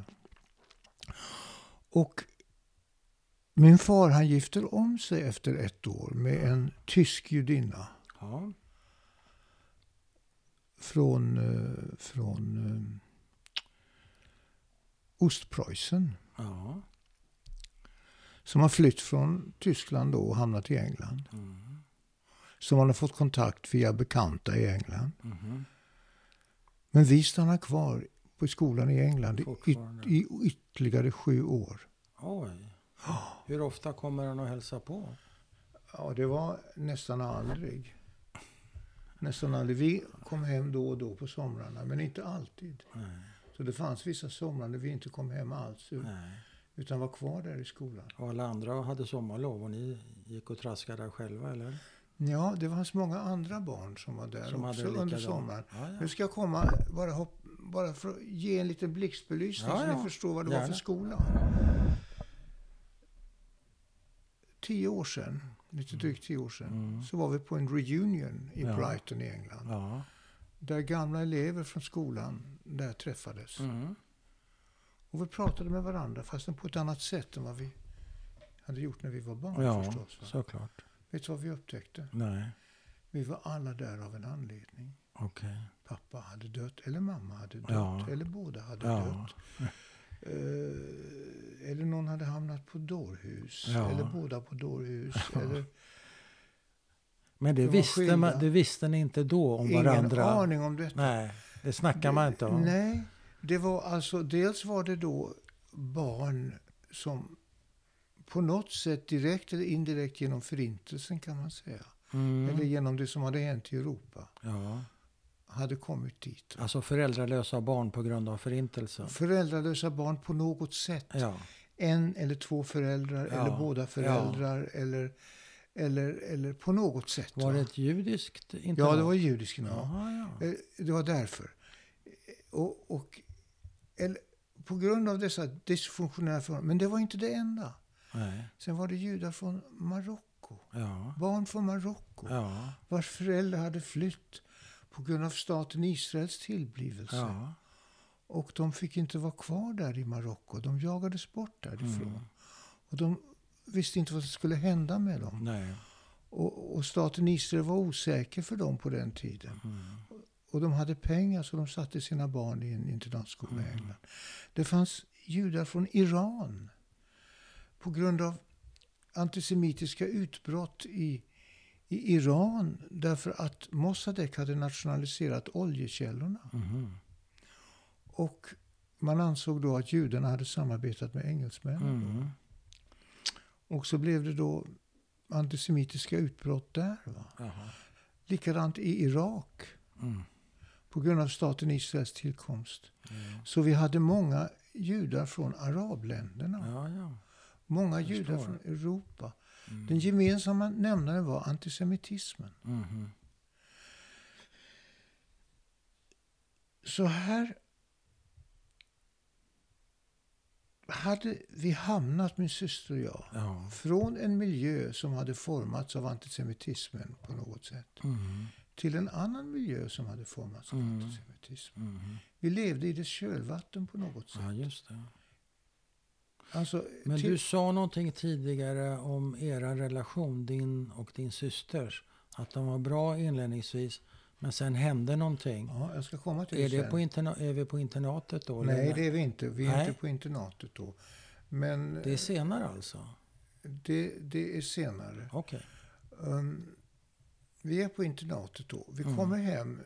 Och min far, han gifter om sig efter 1 år med en tysk judinna. Ja. Från Ostpreussen. Ja. Som har flytt från Tyskland då och hamnat i England. Mm. Som han har fått kontakt via bekanta i England. Mm. Men vi stannar kvar på skolan i England i ytterligare 7 år. Oj. Hur ofta kommer han att hälsa på? Ja, det var nästan aldrig. Nästan aldrig. Vi kom hem då och då på somrarna, men inte alltid. Nej. Så det fanns vissa somrar när vi inte kom hem alls. Nej. Utan var kvar där i skolan. Och alla andra hade sommarlov och ni gick och traskade där själva, eller? Ja, det fanns många andra barn som var där Som också under sommaren. Ja. Nu ska jag komma, bara för att ge en liten blixtbelysning så ni förstår vad det var för skola. 10 år sedan, lite drygt 10 år sedan, så var vi på en reunion i Brighton i England. Ja. Där gamla elever från skolan där träffades. Mm. Och vi pratade med varandra fast på ett annat sätt än vad vi hade gjort när vi var barn förstås. Va? Såklart. Vet du vad vi upptäckte? Nej. Vi var alla där av en anledning. Okej. Pappa hade dött, eller mamma hade dött, eller båda hade dött. Eller någon hade hamnat på dårhus, eller båda på dårhus. Eller men det visste ni inte då om ingen varandra? Ingen aning om detta. Nej, det snackar man inte om. Nej, det var alltså, dels var det då barn som på något sätt direkt eller indirekt genom förintelsen kan man säga. Eller genom det som hade hänt i Europa. Ja. Hade kommit dit. Alltså föräldralösa barn på grund av förintelsen. Föräldralösa barn på något sätt. Ja. 1 eller 2 föräldrar eller båda föräldrar eller på något sätt. Var det ett judiskt internat? Ja, det var judiskt internat. Ja. Det var därför. Eller, på grund av dessa dysfunktionella förhållanden. Men det var inte det enda. Nej. Sen var det judar från Marocko. Ja. Barn från Marocko. Ja. Vars föräldrar hade flytt på grund av staten Israels tillblivelse. Ja. Och de fick inte vara kvar där i Marocko. De jagades bort därifrån. Och de visste inte vad som skulle hända med dem. Nej. Och staten Israel var osäker för dem på den tiden. Och de hade pengar så de satte sina barn i en internatskola i England. Det fanns judar från Iran. På grund av antisemitiska utbrott i Iran. Därför att Mossadegh hade nationaliserat oljekällorna. Och man ansåg då att judarna hade samarbetat med engelsmännen. Och så blev det då antisemitiska utbrott där. Va? Likadant i Irak. På grund av staten Israels tillkomst. Så vi hade många judar från arabländerna. Många judar från Europa. Den gemensamma nämnaren var antisemitismen. Så här hade vi hamnat, min syster och jag, från en miljö som hade formats av antisemitismen på något sätt till en annan miljö som hade formats av antisemitism. Vi levde i dess kölvatten på något sätt. Ja, just det. Alltså, men du sa någonting tidigare om era relation, din och din systers. Att de var bra inledningsvis, men sen hände någonting. Ja, jag ska komma till det sen. Är vi på internatet då? Nej, eller? det är vi inte. Vi är inte på internatet då. Men det är senare alltså? Det är senare. Okej. Vi är på internatet då. Vi kommer hem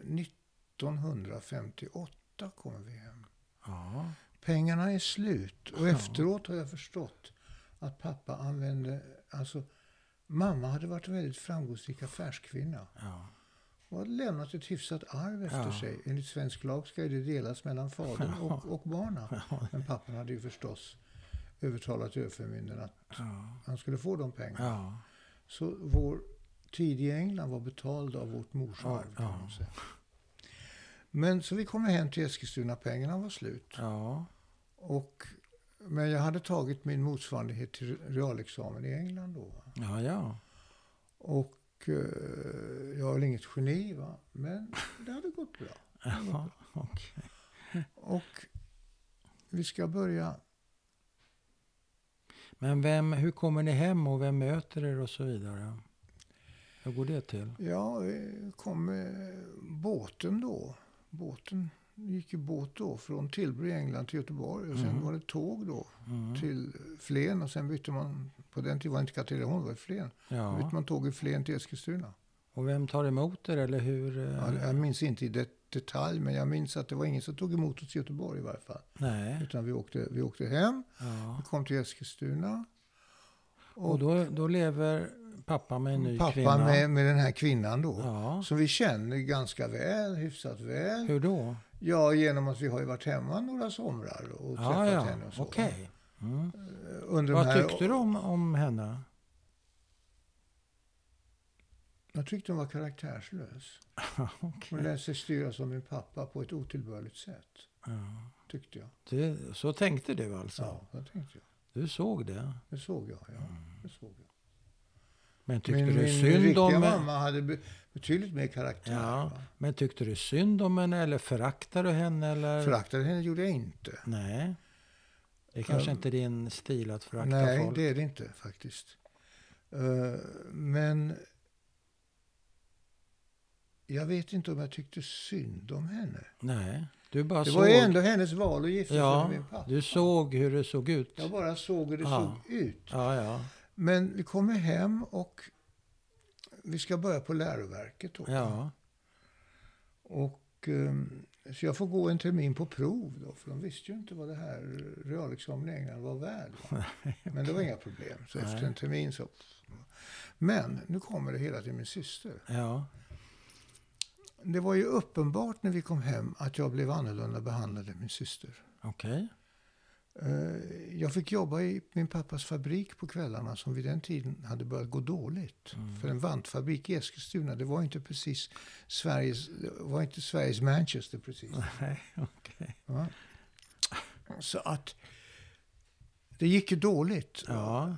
1958 kommer vi hem. Ja. Pengarna är slut. Och efteråt har jag förstått att pappa använde... Alltså, mamma hade varit en väldigt framgångsrik affärskvinna. Ja. Och hade lämnat ett hyfsat arv efter sig. Enligt svensk lag ska det delas mellan fadern och barnen. Men pappan hade ju förstås övertalat överförmyndaren att han skulle få de pengarna. Så vår tid i England var betald av vårt mors arv, kan man säga. Men så vi kom hem till Eskilstuna, pengarna var slut. Ja. Men jag hade tagit min motsvarighet till realexamen i England då. Ja. Och jag var inget geni, va? Men det hade gått bra. Ja, okej. Och vi ska börja. Men hur kommer ni hem och vem möter er och så vidare? Hur går det till? Ja, vi kom med båten då. Gick i båt då från Tilbury i England till Göteborg. Och sen var det tåg då till Flen. Och sen bytte man, på den tiden var det inte Katrineholm, det var Flen. Ja. Bytte man tåg i Flen till Eskilstuna. Och vem tar emot er eller hur? Ja, jag minns inte i detalj, men jag minns att det var ingen som tog emot oss i Göteborg i varje fall. Nej. Utan vi åkte hem, Ja. vi kom till Eskilstuna. Och då lever pappa med en ny kvinna? Pappa med den här kvinnan då. Ja. Som vi känner ganska väl, hyfsat väl. Hur då? Ja, genom att vi har ju varit hemma några somrar och träffat henne och så. Okej. Mm. Vad tyckte du om henne? Jag tyckte hon var karaktärslös. Okay. Hon lät sig styra som min pappa på ett otillbörligt sätt. Ja. Tyckte jag. Så tänkte du alltså? Ja, det tänkte jag. Du såg det? Det såg jag, ja. Det såg jag. Men tyckte du min synd om riktiga mamma hade betydligt mer karaktär. Ja, men tyckte du synd om henne eller föraktade du henne? Eller? Föraktade henne gjorde jag inte. Nej. Det är kanske inte din stil att förakta nej, folk. Nej, det är det inte faktiskt. Men jag vet inte om jag tyckte synd om henne. Nej, det var ju ändå hennes val att gifta sig med min pappa. Du såg hur det såg ut. Jag bara såg hur det såg ut. Ja. Men vi kommer hem och vi ska börja på läroverket då. Ja. Och så jag får gå en termin på prov då. För de visste ju inte vad det här realexamen i England var värd. Men det var inga problem. Så efter en termin så... Men nu kommer det hela till min syster. Ja. Det var ju uppenbart när vi kom hem att jag blev annorlunda behandlad än min syster. Okej. Jag fick jobba i min pappas fabrik på kvällarna som vid den tiden hade börjat gå dåligt. För en vantfabrik i Eskilstuna, det var inte precis Sveriges Manchester precis. Nej, okej. Ja. Så att det gick ju dåligt. Ja.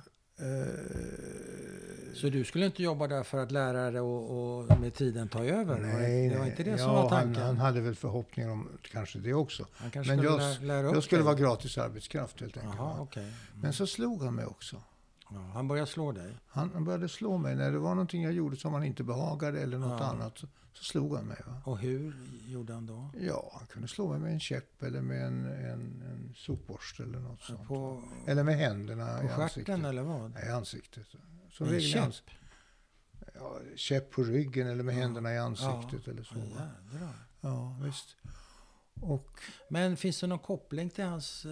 Så du skulle inte jobba där för att lära dig och med tiden ta över? Nej, det var inte det som var tanken? Han hade väl förhoppningar om kanske det också. Men jag skulle vara gratis arbetskraft helt enkelt. Aha, okay. Men så slog han mig också. Ja, han började slå dig? Han började slå mig. När det var någonting jag gjorde som han inte behagade eller något annat så slog han mig. Va? Och hur gjorde han då? Ja, han kunde slå mig med en käpp eller med en sopborste eller något sånt. Eller med händerna på stjärten eller vad? Nej, i ansiktet. Som en käpp? Ja, käpp på ryggen eller med händerna i ansiktet eller så. Ja, visst. Men finns det någon koppling till hans...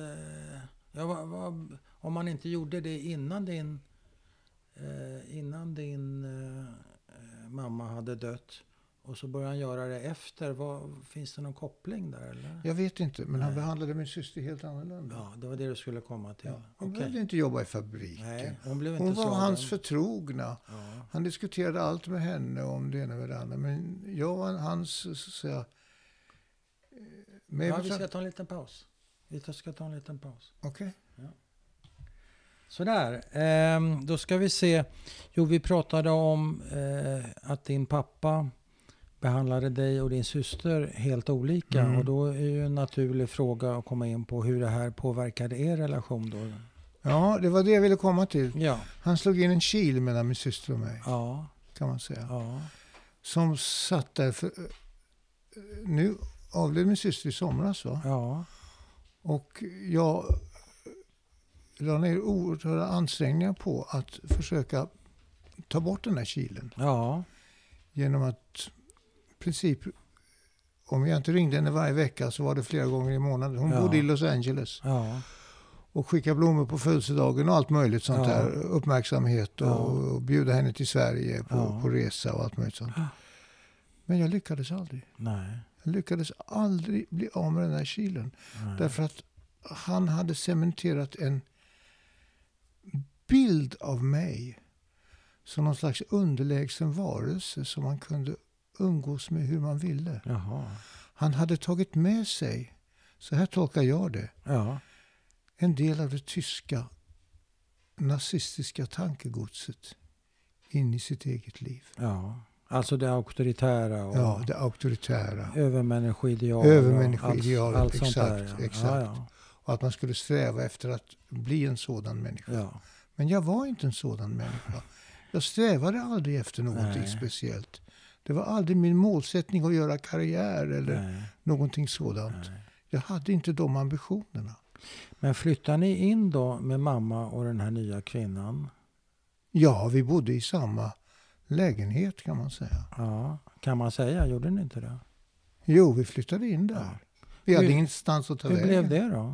om man inte gjorde det innan din mamma hade dött och så började han göra det efter. Finns det någon koppling där? Eller? Jag vet inte, men han behandlade min syster helt annorlunda. Ja, det var det du skulle komma till. Ja, hon behövde inte jobba i fabriken. Nej, hon var hans förtrogna. Ja. Han diskuterade allt med henne om det ena med det andra. Men jag var hans, så att säga... vi ska ta en liten paus. Okej. Ja. Sådär, då ska vi se. Jo, vi pratade om att din pappa behandlade dig och din syster helt olika. Och då är ju en naturlig fråga att komma in på hur det här påverkade er relation då. Ja, det var det jag ville komma till. Ja. Han slog in en kil mellan min syster och mig. Ja. Kan man säga. Ja. Som satt där för... Nu avled min syster i somras, va? Ja. Och jag la ner oerhörda ansträngningar på att försöka ta bort den här kilen. Ja. Genom att i princip, om jag inte ringde henne varje vecka så var det flera gånger i månaden. Hon bodde i Los Angeles. Ja. Och skicka blommor på födelsedagen och allt möjligt sånt där. Uppmärksamhet och bjuda henne till Sverige på resa och allt möjligt sånt. Men jag lyckades aldrig. Nej. Jag lyckades aldrig bli av med den här kilen. Nej. Därför att han hade cementerat en bild av mig som någon slags underlägsen varelse som man kunde umgås med hur man ville. Jaha. Han hade tagit med sig, så här tolkar jag det, Ja. en del av det tyska nazistiska tankegodset in i sitt eget liv. Ja. Alltså det auktoritära och Ja, det auktoritära. Övermänniskoideal. Allt sånt exakt, där. Ja. exakt. Ja, ja. Och att man skulle sträva efter att bli en sådan människa. Ja. Men jag var inte en sådan människa. Jag strävade aldrig efter någonting Nej. speciellt. Det var aldrig min målsättning att göra karriär eller Nej. någonting sådant. Nej. Jag hade inte de ambitionerna. Men flyttar ni in då med mamma och den här nya kvinnan? Ja, vi bodde i samma lägenhet kan man säga. Ja, kan man säga. Gjorde ni inte det? Jo, vi flyttade in där. Ja. Vi hade Hur- ingenstans att ta Hur vägen. blev det då?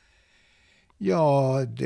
Ja,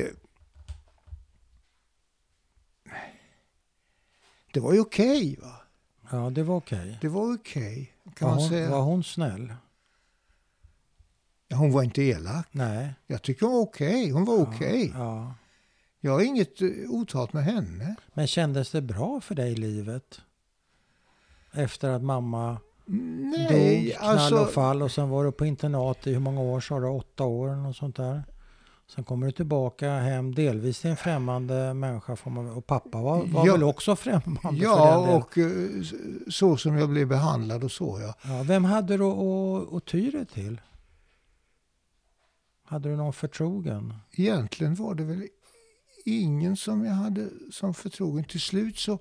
det var ju okej, va? Ja, det var okej. Det var okej, kan Var man hon, säga. var hon snäll? Ja, hon var inte elak. Nej. Jag tycker hon var okej. Hon var okej. Ja. Jag har inget otalt med henne. Men kändes det bra för dig i livet? Efter att mamma Nej, dog, knall och fall, och sen var du på internat i hur många år? Så har du 8 år och sånt där. Sen kommer du tillbaka hem delvis till en främmande människa. Och pappa var Ja. väl också främmande för den Ja, delen. och så som jag blev behandlad och så, ja. Ja, vem hade du att ty dig till? Hade du någon förtrogen? Egentligen var det väl ingen som jag hade som förtrogen. Till slut så,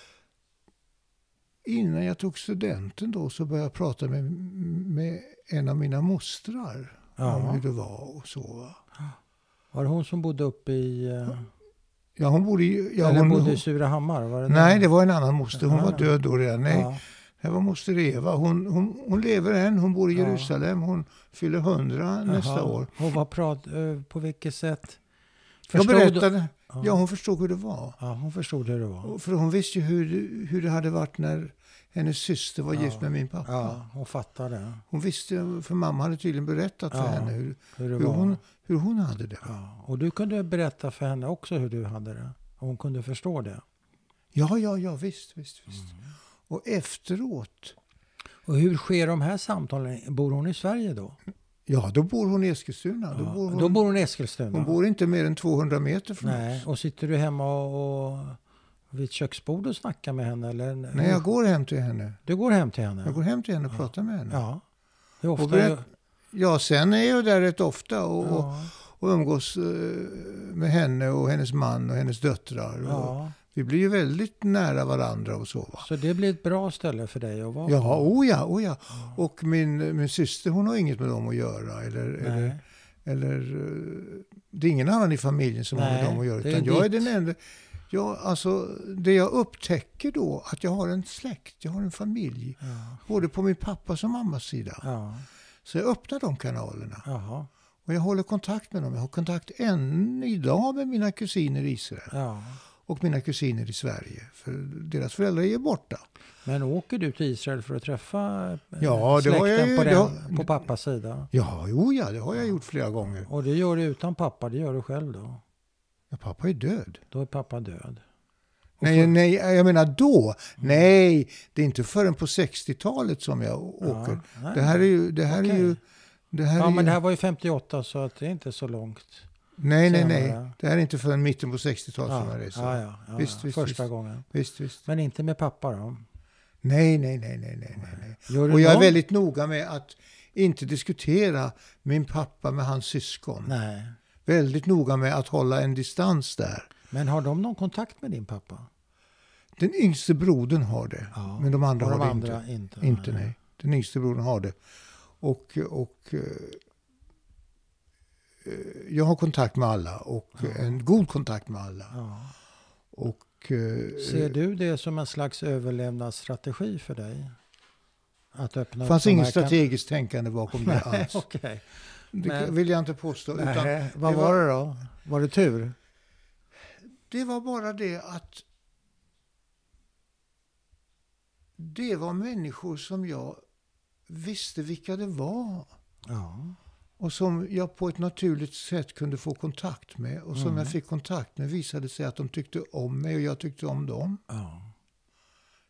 innan jag tog studenten då, så började jag prata med en av mina mostrar om hur det var och så, va. Var det hon som bodde uppe i... Ja, hon bodde i... Ja, eller hon bodde i Surahammar? Var det nej, där? det var en annan moster. Hon Ja, var ja. död då redan. Nej, Ja. det var moster Eva. Hon lever än. Hon bor i Ja. Jerusalem. Hon fyller 100 nästa Jaha. år. Och på vilket sätt? Jag Förstod berättade. Ja. Ja, hon förstod hur det var. Ja, hon förstod hur det var. Och för hon visste ju hur det hade varit när hennes syster var gift med min pappa. Ja, hon fattade Hon visste, för mamma hade tydligen berättat för henne hur det hur var. hon hade det. Ja. Och du kunde berätta för henne också hur du hade det. Och hon kunde förstå det. Ja, visst. Och efteråt, Och hur sker de här samtalen? Bor hon i Sverige då? ja, då bor hon i Eskilstuna. Ja. Då bor hon i Eskilstuna? Hon bor inte mer än 200 meter från Nej. oss. Och sitter du hemma och vid ett köksbord och snackar med henne? Eller? Nej, jag går hem till henne. Du går hem till henne? Jag går hem till henne och pratar med henne. Ja. Hur ofta? Och ja, sen är jag där rätt ofta och umgås med henne och hennes man och hennes döttrar. Och Ja. vi blir ju väldigt nära varandra och så, va? Så det blir ett bra ställe för dig att vara Ja, på? oh ja. Och min syster, hon har inget med dem att göra. Eller det är ingen annan i familjen som har med dem att göra. det är Utan jag är ditt. den enda. Ja, alltså, det jag upptäcker då, att jag har en släkt, jag har en familj. Ja. Både på min pappas och mammas sida. Ja. Så jag öppnar de kanalerna. Jaha. Och jag håller kontakt med dem. Jag har kontakt än idag med mina kusiner i Israel. Ja. Och mina kusiner i Sverige. För deras föräldrar är borta. Men åker du till Israel för att träffa Ja, det har jag släkten ju. på, Det har- på pappas sida? Ja, det har jag gjort flera gånger. Och det gör du utan pappa, det gör du själv då? Ja, pappa är död. Då är pappa död. Och Nej, jag menar då. Nej, det är inte förrän på 60-talet som jag åker. nej. Det här är ju... Det här Okej. är ju det här Ja, är men ju, det här var ju 58 så att det är inte så långt. nej. senare. Det här är inte förrän mitten på 60-talet som jag Ja, reser. ja. Visst, Första gången. Visst. Men inte med pappa då? Nej. Gör du Och jag är någon- väldigt noga med att inte diskutera min pappa med hans syskon. Nej. Väldigt noga med att hålla en distans där. Men har de någon kontakt med din pappa? Den yngste brodern har det. Ja. Men de andra Och har de det andra inte. inte? Inte, nej. Den yngste brodern har det. Och jag har kontakt med alla. Och en god kontakt med alla. Ja. Och, Ser du det som en slags överlevnadsstrategi för dig? Att öppna det fanns upp de inget här strategiskt tänkande bakom det Nej, alls. okej. Det Men- vill jag inte påstå. Utan Nej, vad det var det då? Var det tur? det var bara det att det var människor som jag visste vilka det var. Ja. Och som jag på ett naturligt sätt kunde få kontakt med. Och som jag fick kontakt med visade sig att de tyckte om mig och jag tyckte om dem. Ja.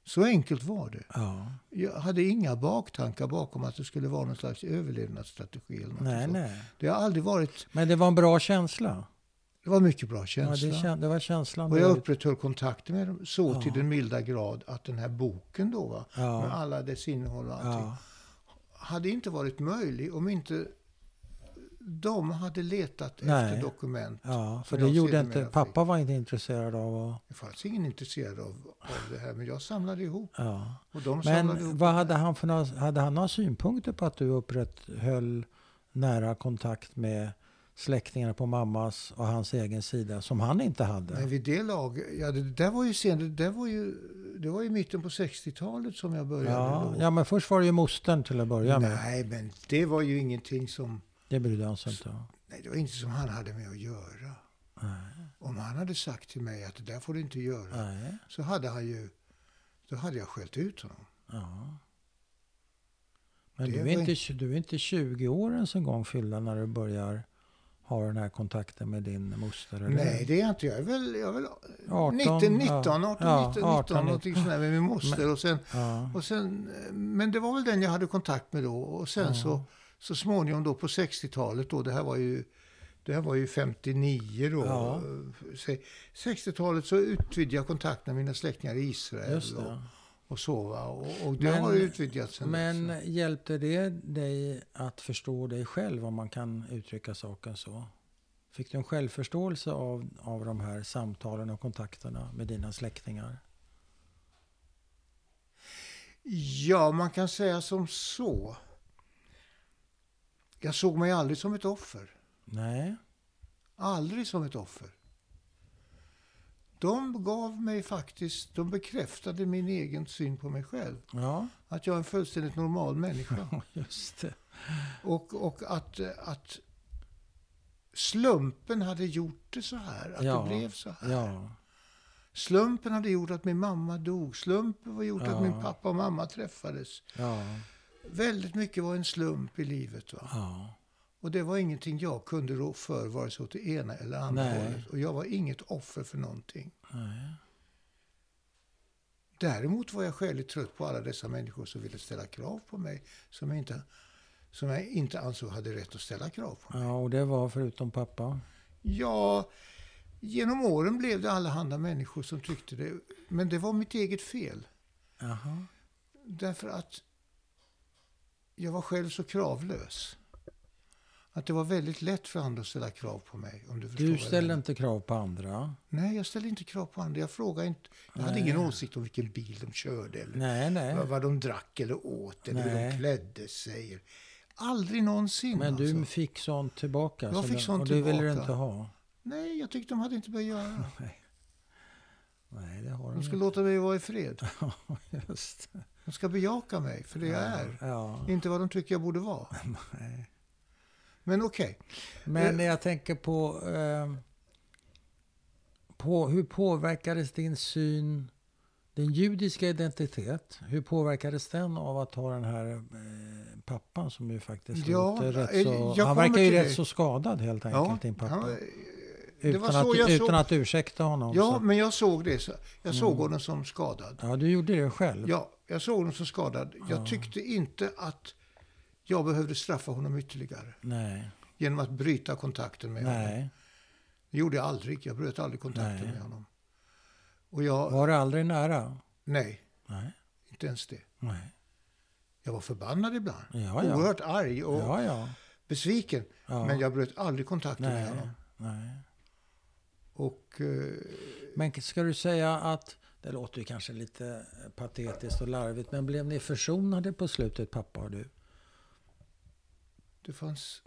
Så enkelt var det. Ja. Jag hade inga baktankar bakom att det skulle vara någon slags överlevnadsstrategi. Eller något Nej, sånt. nej. Det har aldrig varit... Men det var en bra känsla. Det var mycket bra känsla. Ja, det var känslan. Och jag upprätthöll kontakten med dem så Ja. till den milda grad att den här boken då, va, Ja. med alla dess innehåll och allting, hade inte varit möjlig om inte de hade letat efter dokument. Ja, för det gjorde inte... Pappa var inte intresserad av att... Det fanns ingen intresserad av det här, men jag samlade ihop. Ja. Och de samlade ihop. Men vad hade han för hade han några synpunkter på att du upprätthöll nära kontakt med släktingarna på mammas och hans egen sida som han inte hade? Nej, vid det laget, ja, det där var ju senare, det var ju mitten på 60-talet som jag började. Ja, men först var det ju mostern till att börja med. Nej, men det var ju ingenting som... Det brydde han sig inte om. Nej, det var inte som han hade med att göra. Nej. Om han hade sagt till mig att det där får du inte göra, Nej. så hade han ju... Då hade jag skällt ut honom. Ja. Men Det du är inte 20 år ens en gång fyllda när du börjar ha den här kontakten med din moster? Eller? Nej, det är inte. Jag är väl 18, 19, någonting sånt där med min moster. Men, och sen, men det var väl den jag hade kontakt med då. Och sen så småningom då på 60-talet då, det här var ju 59 då. Ja. 60-talet så utvidgade jag kontakten med mina släktingar i Israel. Just det. Och sova. Och det har ju utvidgats sen. Men hjälpte det dig att förstå dig själv, om man kan uttrycka saken så? Fick du en självförståelse av de här samtalen och kontakterna med dina släktingar? Ja, man kan säga som så. Jag såg mig aldrig som ett offer. Nej. Aldrig som ett offer. De gav mig faktiskt, de bekräftade min egen syn på mig själv. Ja. Att jag är en fullständigt normal människa. Just det. Och att slumpen hade gjort det så här. Att det blev så här. Ja. Slumpen hade gjort att min mamma dog. Slumpen var gjort att min pappa och mamma träffades. Ja. Väldigt mycket var en slump i livet. Va? Ja. Och det var ingenting jag kunde rå för, vare sig åt det ena eller andra hållet. Och jag var inget offer för någonting. Nej. Däremot var jag skäligt trött på alla dessa människor som ville ställa krav på mig. Som jag inte ansåg hade rätt att ställa krav på mig. Ja, och det var förutom pappa? Ja, genom åren blev det allehanda människor som tyckte det. Men det var mitt eget fel. Aha. Därför att jag var själv så kravlös. Att det var väldigt lätt för andra att ställa krav på mig. Om du Du ställde inte krav på andra? Nej, jag ställde inte krav på andra. Jag frågade inte. Jag hade ingen åsikt om vilken bil de körde. Eller vad de drack eller åt. Eller hur de klädde sig. Aldrig någonsin. Men du fick sånt tillbaka? Jag fick sånt och tillbaka. Och det ville du inte ha? Nej, jag tyckte de hade inte börjat göra. Nej, det har de ska låta mig vara i fred. Just det. De ska bejaka mig för det jag är. Ja. Inte vad de tycker jag borde vara. Nej. Men okej. Men jag tänker på hur påverkades din syn, din judiska identitet, hur påverkades den av att ha den här pappan som ju faktiskt låter rätt så... Han verkar ju rätt så skadad helt enkelt, din pappa. Utan att ursäkta honom. Ja, så. Men jag såg det. Jag såg honom som skadad. Ja, du gjorde det själv. Ja, jag såg honom som skadad. Jag tyckte inte att jag behövde straffa honom ytterligare. Nej. Genom att bryta kontakten med honom. Det gjorde jag aldrig. Jag bröt aldrig kontakten med honom. Och var det aldrig nära? Nej. Nej. Inte ens det. Nej. Jag var förbannad ibland. Ja. Oerhört arg och besviken. Ja. Men jag bröt aldrig kontakten med honom. Nej. Och, men ska du säga att, det låter ju kanske lite patetiskt och larvigt, men blev ni försonade på slutet, pappa och du? Det fanns...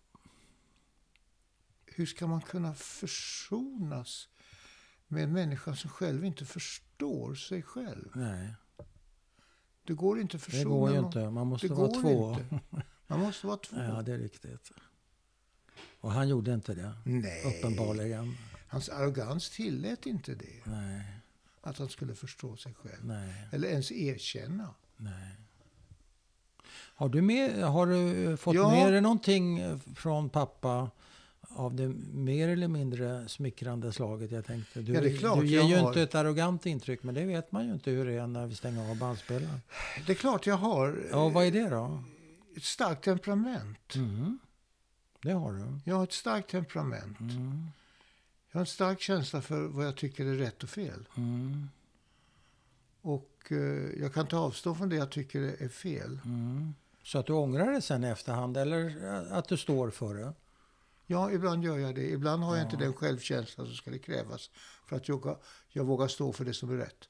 Hur ska man kunna försonas med en människa som själv inte förstår sig själv? Nej. Det går inte att försona. Det går ju inte. Man måste vara två. Man måste vara två. Ja, det är riktigt. Och han gjorde inte det. Nej. Uppenbarligen. Hans arrogans tillät inte det. Nej. Att han skulle förstå sig själv. Nej. Eller ens erkänna. Nej. Har du fått med dig någonting från pappa av det mer eller mindre smickrande slaget. Jag tänkte, Ja, det är klart, du ger jag ju har- inte ett arrogant intryck, men det vet man ju inte hur det är när vi stänger av bandspelaren. Det är klart jag har Ja, vad är det då? ett starkt temperament. Mm. Det har du. Jag har ett starkt temperament. Mm. Jag har en stark känsla för vad jag tycker är rätt och fel. Mm. Och jag kan ta avstånd från det jag tycker är fel. Mm. Så att du ångrar det sen i efterhand, eller att du står för det? Ja, ibland gör jag det. Ibland har jag inte den självkänsla som ska krävas för att jag vågar stå för det som är rätt.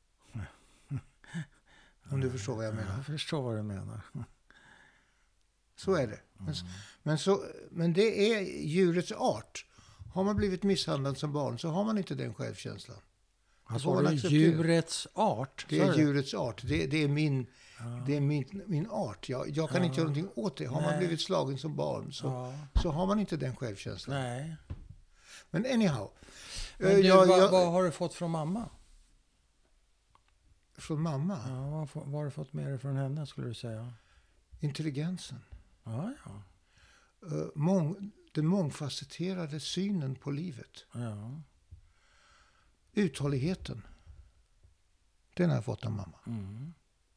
Om du förstår vad jag menar. Jag förstår vad du menar. Så är det. Men det är djurets art. Har man blivit misshandlad som barn så har man inte den självkänslan. Alltså, får man var det acceptera. djurets art? Det Sa är du? djurets art. Det är min art. Jag kan inte göra någonting åt det. Har man Nej. blivit slagen som barn så har man inte den självkänslan. Nej. Men anyhow. Men du, jag, vad har du fått från mamma? från mamma. Ja, vad har du fått med dig från henne, skulle du säga? Intelligensen. Ja. Den mångfacetterade synen på livet. Ja. Uthålligheten. Den har jag fått av mamma. Mm.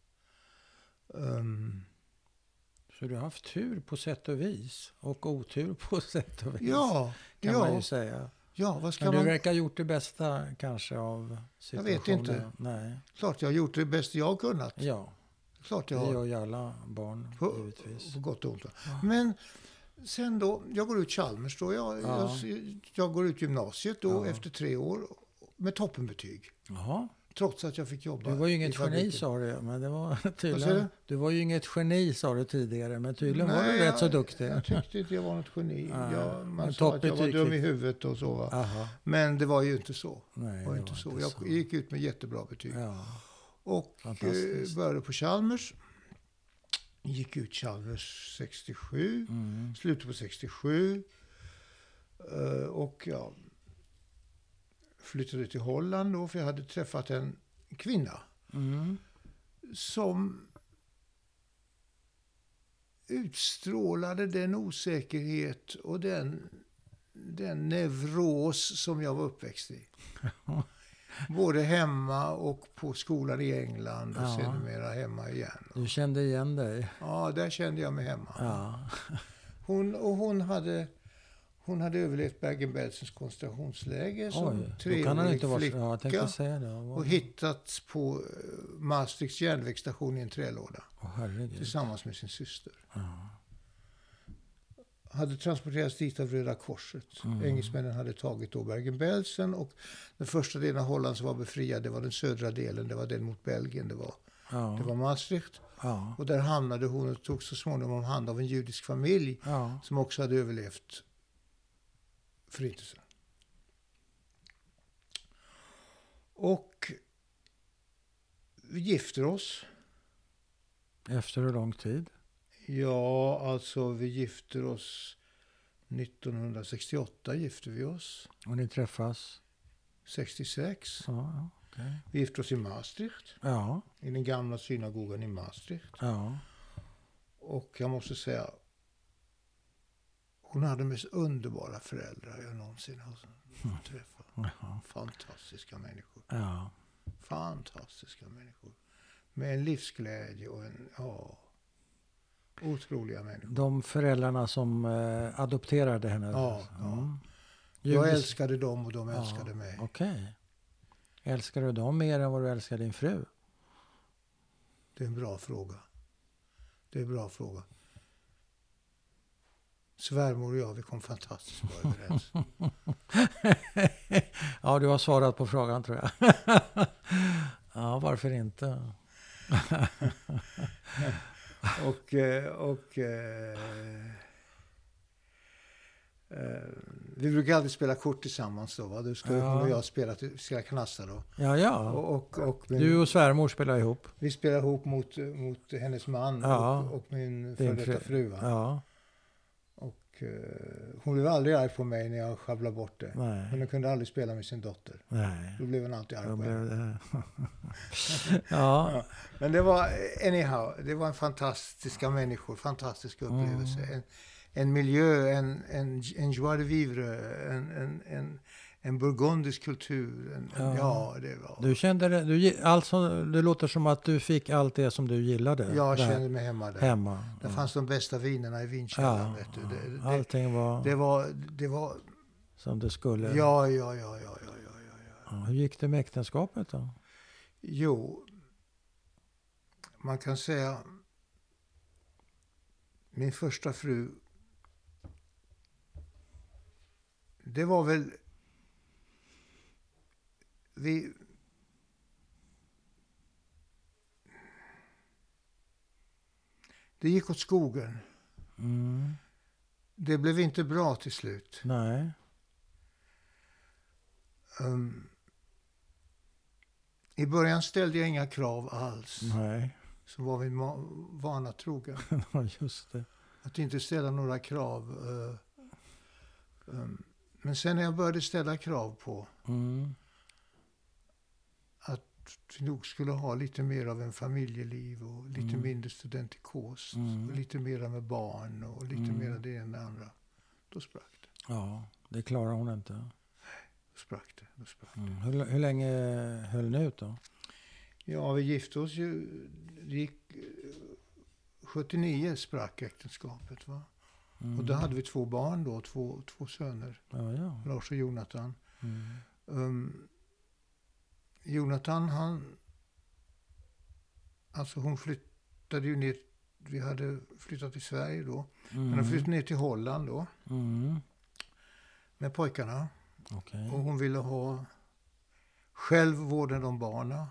Um, Så du har haft tur på sätt och vis. Och otur på sätt och vis. ja, Kan man ju ja, säga. ja, vad ska Men du man... verkar ha gjort det bästa kanske av Jag situationen. vet inte. Nej. Klart jag har gjort det bästa jag har kunnat. Ja, Klart det jag har. gör ju alla barn givetvis. På gott och ont. Men sen då, jag går ut Chalmers då. Jag går ut gymnasiet då efter 3 år med toppenbetyg. Jaha. Trots att jag fick jobba Du var ju i inget geni, fabriken. sa du. Men det var Vad säger tydligen... du? Du var ju inget geni, sa du tidigare. Men tydligen var du Nej, rätt så duktig. Jag tyckte inte jag var något geni. Man men sa att jag var toppbetyg dum i fick- huvudet och så. Va? Aha. Men det var ju inte så. Nej, Det var inte så. Jag gick ut med jättebra betyg. Ja. Och Fantastiskt. började på Chalmers. Gick ut Chalmers 67. Slutet på 67. Och jag flyttade till Holland då. För jag hade träffat en kvinna. Som utstrålade den osäkerhet och den neuros som jag var uppväxt i. Både hemma och på skolan i England och sedermera hemma igen. Du kände igen dig. Ja, där kände jag mig hemma. Ja. Hon hade överlevt Bergen-Belsens koncentrationsläger som Oj, då kan han 3-årig inte vara... flicka. Ja, jag tänkte säga det. Och hittats på Maastrichts järnvägsstation i en trälåda. Herregud. Tillsammans med sin syster. Hade transporterats dit av Röda Korset. Engelsmännen hade tagit då Bergen-Belsen och den första delen av Holland som var befriad, det var den södra delen, det var den mot Belgien, det var Maastricht. Ja. Och där hamnade hon och tog så småningom om hand av en judisk familj Ja. som också hade överlevt förintelsen. Och vi gifter oss. Efter hur lång tid? Ja, alltså vi gifter oss 1968 gifte vi oss. Och ni träffas? 66. Ja, okej. Vi gifte oss i Maastricht. Ja. I den gamla synagogan i Maastricht. Ja. Och jag måste säga, hon hade de mest underbara föräldrar jag någonsin har träffat. Ja. Fantastiska människor. Ja. Fantastiska människor. Med en livsglädje och otroliga människor. De föräldrarna som adopterade henne? Ja. Jag älskade dem och de älskade mig. Okej. Älskar du dem mer än vad du älskar din fru? Det är en bra fråga. Svärmor och jag, vi kom fantastiskt bra överens. Ja, du har svarat på frågan, tror jag. Ja, varför inte? Vi brukar alltid spela kort tillsammans då, va? Du ska hon och jag spela knassa då. Ja. Men Du och svärmor spelar ihop. vi spelar ihop mot hennes man och min före detta fru. Va? Ja. Och hon blev aldrig arg på mig när jag sjabblade bort det. Nej. Men hon kunde aldrig spela med sin dotter. Nej. Då blev hon alltid arg på henne. Ja. Men det var, anyhow, det var en fantastiska människor, fantastisk upplevelse. en miljö, en joie de vivre, en burgundisk kultur. Det var... Du kände det, alltså, det låter som att du fick allt det som du gillade. Jag kände mig hemma där. Där Ja. fanns de bästa vinerna i vinkällaren. Vet du. Allting var, det var som det skulle. Ja. Hur gick det med äktenskapet då? Jo, man kan säga min första fru, det var väl det gick åt skogen. Det blev inte bra till slut. Nej. I början ställde jag inga krav alls. Nej. Så var vi vana trogen. Ja, just det. Att inte ställa några krav. Men sen när jag började ställa krav på att vi nog skulle ha lite mer av en familjeliv och lite mindre studentikos och lite mera med barn och lite mera det ena och det andra. Då sprack det. Ja, det klarar hon inte. Då sprack det. Hur länge höll ni ut då? Ja, vi gifte oss ju. Det gick 79 sprack äktenskapet, va? Och då hade vi 2 barn då, två söner. Ja. Lars och Jonathan. Jonathan, hon flyttade ju ner, vi hade flyttat till Sverige då. Men hon flyttade ner till Holland då. Med pojkarna. Okay. Och hon ville ha själv vården om barnen.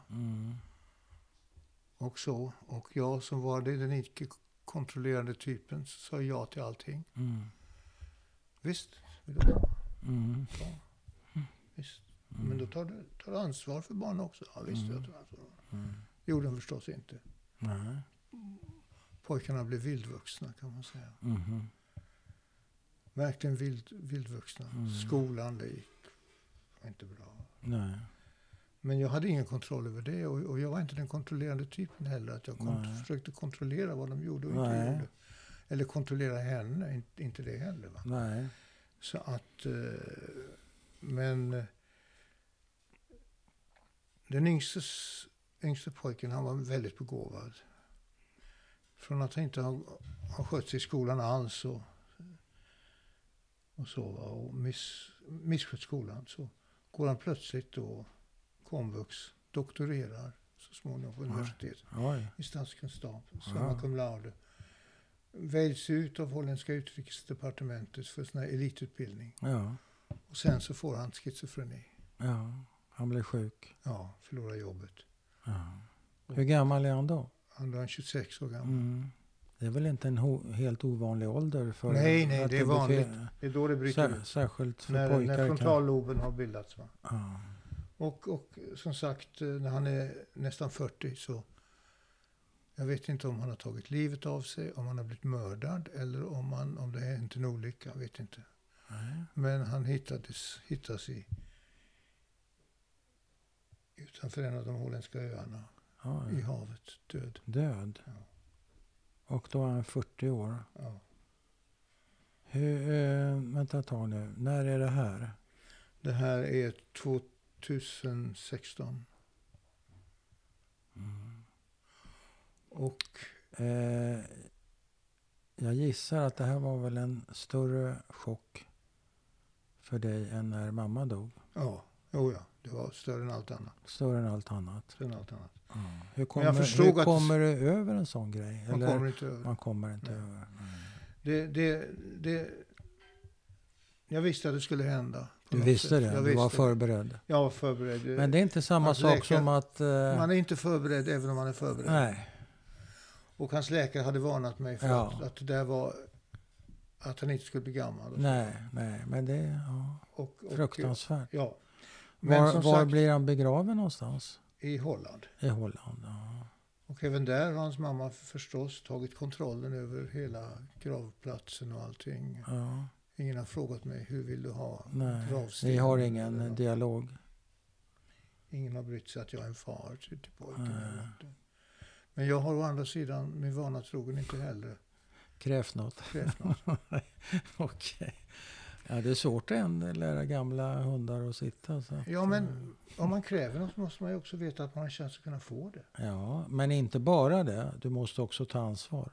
Och så. Och jag som var den icke kontrollerande typen sa ja till allting. Visst. Ja, visst. Men då tar du ansvar för barn också. Ja, visst. Jag tar ansvar. Gjorde de förstås inte. Nej. Pojkarna blev vildvuxna, kan man säga. Verkligen vildvuxna. Skolan, det gick inte bra. Nej. Men jag hade ingen kontroll över det. Och jag var inte den kontrollerande typen heller. Att jag försökte kontrollera vad de gjorde och inte gjorde. Eller kontrollera henne. Inte det heller, va? Nej. Så att... Men... Den yngste pojken, han var väldigt begåvad. Från att han inte har skött sig i skolan alls och misskött skolan, så går han plötsligt då komvux, doktorerar så småningom på universitet i statskunskap, samma cum laude. Väljs ut av holländska utrikesdepartementet för sån här elitutbildning. Ja. Och sen så får han schizofreni. Ja, han blir sjuk. Ja, förlorar jobbet. Ja. Hur gammal är han då? Han är 26 år gammal. Det är väl inte en helt ovanlig ålder för... Nej, det är vanligt. Det är då det bryter ut. Särskilt för pojkar. När frontalloben har bildats, va? Ja. Och som sagt, när han är nästan 40 så... Jag vet inte om han har tagit livet av sig, om han har blivit mördad eller om det är inte en olycka, jag vet inte. Nej. Men han hittas utanför en av de holländska öarna i havet, död. Ja. Och då är han 40 år. Ja. Vänta ett tag nu, när är det här? Det här är 2016. Och jag gissar att det här var väl en större chock för dig än när mamma dog. Ja, det var större än allt annat. Större än allt annat. Ja. Hur kommer du över en sån grej? Man kommer inte över. Man kommer inte över. Jag visste att det skulle hända. Du visste det? Du var förberedd? Jag var förberedd. Men det är inte samma sak som att... Man är inte förberedd även om man är förberedd. Nej. Och hans läkare hade varnat mig för att det där var... Att han inte skulle bli gammal. Nej, men det är fruktansvärt. Ja. Men var blir han begraven någonstans? I Holland. I Holland, ja. Och även där har hans mamma förstås tagit kontrollen över hela gravplatsen och allting. Ja. Ingen har frågat mig, hur vill du ha gravsten? Ni har ingen dialog? Ingen har brytt sig att jag är en far till pojken. Men jag har å andra sidan min vana trogen inte heller Krävt något. Krävt något. Okej. Ja, det är svårt att lära gamla hundar att sitta. Så att, Ja, men om man kräver något måste man ju också veta att man har chans att kunna få det. ja, men inte bara det. Du måste också ta ansvar.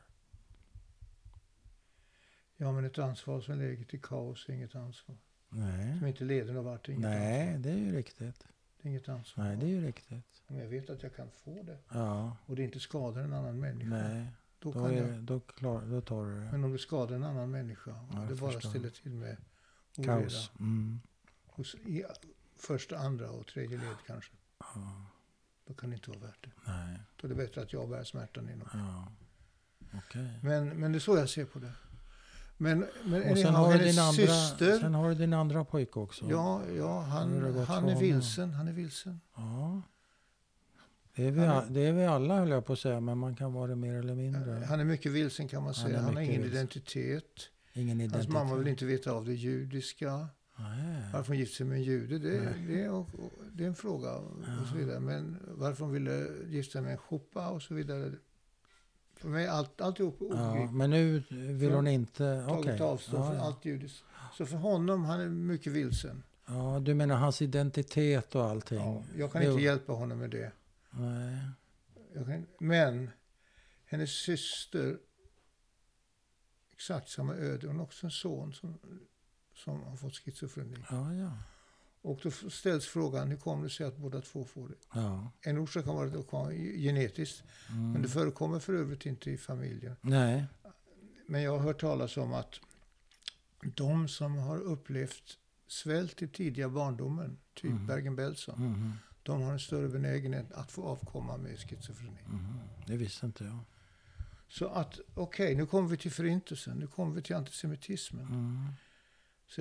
Ja, men ett ansvar som lägger till kaos är inget ansvar. Nej. Som inte leder någon vart är inget Nej, ansvar. det är ju riktigt. Det är inget ansvar. Nej, det är ju riktigt. Om jag vet att jag kan få det Ja, och det inte skadar en annan människa. nej. Då Då, kan jag. då tar du det. Men om det skadar en annan människa och Ja, det jag bara förstår. ställer till med oreda. Kaos. Mm. I första, andra och tredje led kanske. Ja, Då kan det inte vara värt det. nej. Då är det bättre att jag bär smärtan inom. Ja. Okej. Men det är så jag ser på det. Men Och sen har, hennes syster. sen har du din andra pojke också. Ja, Hur har det han gått är för honom? vilsen. Han är vilsen. Ja. Det är vi alla, höll jag på att säga, men man kan vara det mer eller mindre. Han är mycket vilsen kan man säga. Han har ingen identitet. Ingen identitet. Hans mamma vill inte veta av det judiska. Nej. Varför hon gifte sig med en jude, det är en fråga och så vidare. Men varför hon ville gifta sig med en chopa och så vidare. För mig alltihop Ja, obegripligt. men nu vill hon inte... Tagit Okej. avstånd från allt judiskt. Så för honom, han är mycket vilsen. Ja, du menar hans identitet och allting? Ja, jag kan Det- inte hjälpa honom med det. Nej. Men hennes syster, exakt samma öde. Hon har också en son som har fått schizofreni. Ja. Och då ställs frågan, hur kommer det sig att båda två får det? Ja. En orsak kan vara att det kommer genetiskt. Mm. Men det förekommer för övrigt inte i familjen. Nej. Men jag har hört talas om att de som har upplevt svält i tidiga barndomen, typ Bergen-Belsen, Mhm. de har en större benägenhet att få avkomma med schizofreni. Mhm. Det visste inte jag. Så att, okej, nu kommer vi till förintelsen, nu kommer vi till antisemitismen. Mm. Så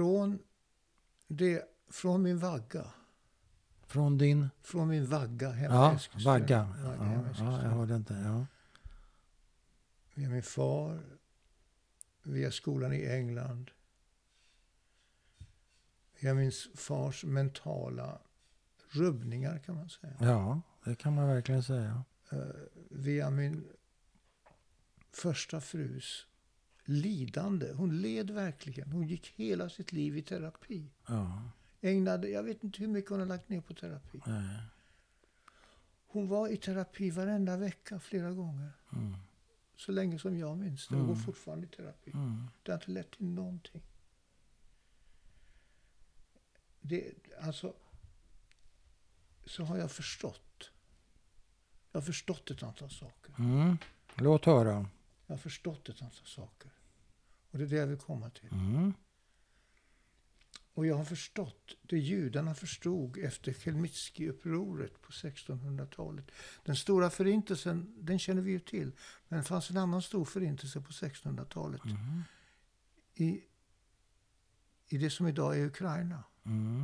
från min vagga, Från din... hemma i Ja, Eskilstuna. vagga. Vagga hemma i Ja, Eskilstuna. jag hörde inte. Ja. Via min far, via skolan i England, via min fars mentala rubbningar kan man säga. Ja, det kan man verkligen säga. Via min första frus lidande. Hon led verkligen. Hon gick hela sitt liv i terapi. Ja. Jag vet inte hur mycket hon har lagt ner på terapi. Nej. Hon var i terapi varenda vecka flera gånger. Mm. Så länge som jag minns det. Och går fortfarande i terapi. Mm. Det har inte lett till någonting. Så har jag förstått. Jag har förstått ett antal saker. Mm. Låt höra. Jag har förstått ett antal saker. Och det är det jag vill komma till. Mm. Och jag har förstått det judarna förstod efter Chmelnytsky-upproret på 1600-talet. Den stora förintelsen, den känner vi ju till. Men det fanns en annan stor förintelse på 1600-talet. Mm. I det som idag är Ukraina. Mm.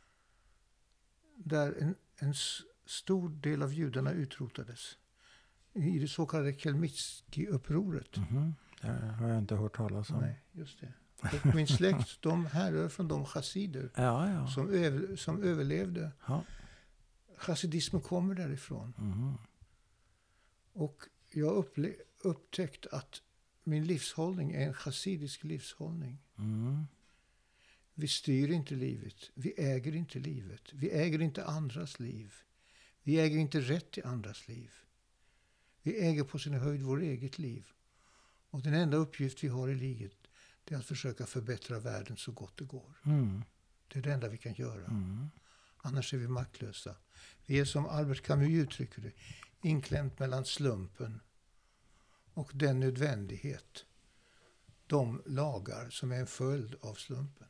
Där en stor del av judarna utrotades. I det så kallade Chmelnytsky-upproret. Mhm. Det har jag inte hört talas om. Nej, just det. Och min släkt, de härrör från de chassider Ja. som överlevde. Ja. Chassidismen kommer därifrån. Mhm. Och jag upptäckt att min livshållning är en chassidisk livshållning. Mm. Vi styr inte livet. Vi äger inte livet. Vi äger inte andras liv. Vi äger inte rätt till andras liv. Vi äger på sin höjd vår eget liv. Och den enda uppgift vi har i livet är att försöka förbättra världen så gott det går. Mm. Det är det enda vi kan göra. Mm. Annars är vi maktlösa. Vi är som Albert Camus uttrycker det, inklämt mellan slumpen och den nödvändighet, de lagar som är en följd av slumpen.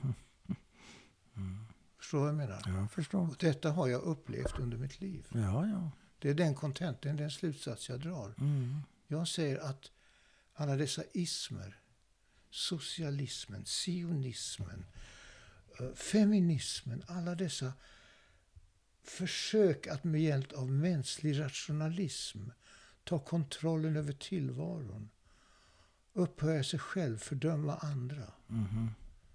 Förstår du vad jag menar? Jag förstår. Och detta har jag upplevt under mitt liv. Ja. Det är den kontentan, den slutsats jag drar. Mm. Jag säger att alla dessa ismer, socialismen, sionismen, feminismen, alla dessa försök att med hjälp av mänsklig rationalism ta kontrollen över tillvaron, upphöja sig själv, fördöma andra. Mhm.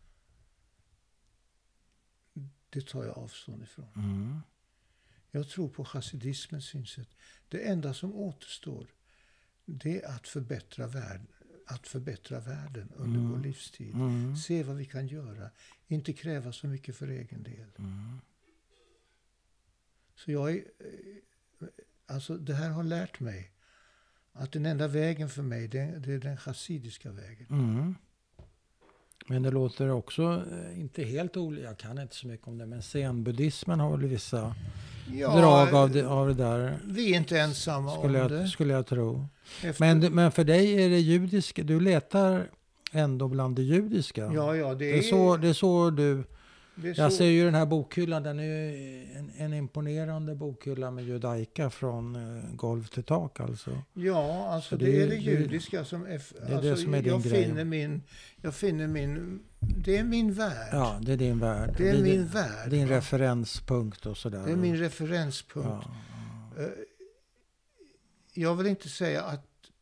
Det tar jag avstånd ifrån. Mm. Jag tror på chassidismens synsätt. Det enda som återstår, det är att förbättra världen, att förbättra världen under vår livstid. Se vad vi kan göra. Inte kräva så mycket för egen del. Så alltså det här har lärt mig att den enda vägen för mig, det är den chassidiska vägen. Men det låter också inte helt olika. Jag kan inte så mycket om det. Men zen-buddhismen har väl vissa drag av det där. Vi är inte ensamma om det. Skulle jag tro. Men för dig är det judiska. Du letar ändå bland det judiska. Ja, det är så du... Jag ser ju den här bokhyllan. Den är ju en imponerande bokhylla med judaika från golv till tak alltså. Ja, alltså det är det judiska som är... Det är det som är din grej. Jag finner min... Det är min värld. Ja, det är din värld. Det är min värld. Din referenspunkt och sådär. Det är min referenspunkt. Ja. Jag vill inte säga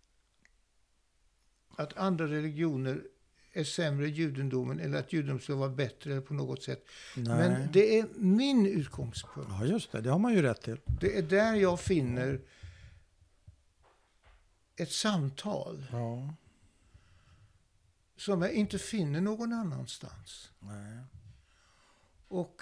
att andra religioner är sämre judendomen eller att judendomen ska vara bättre på något sätt. Nej. Men det är min utgångspunkt. Ja, just det. Det har man ju rätt till. Det är där jag finner ett samtal som jag inte finner någon annanstans. Nej. Och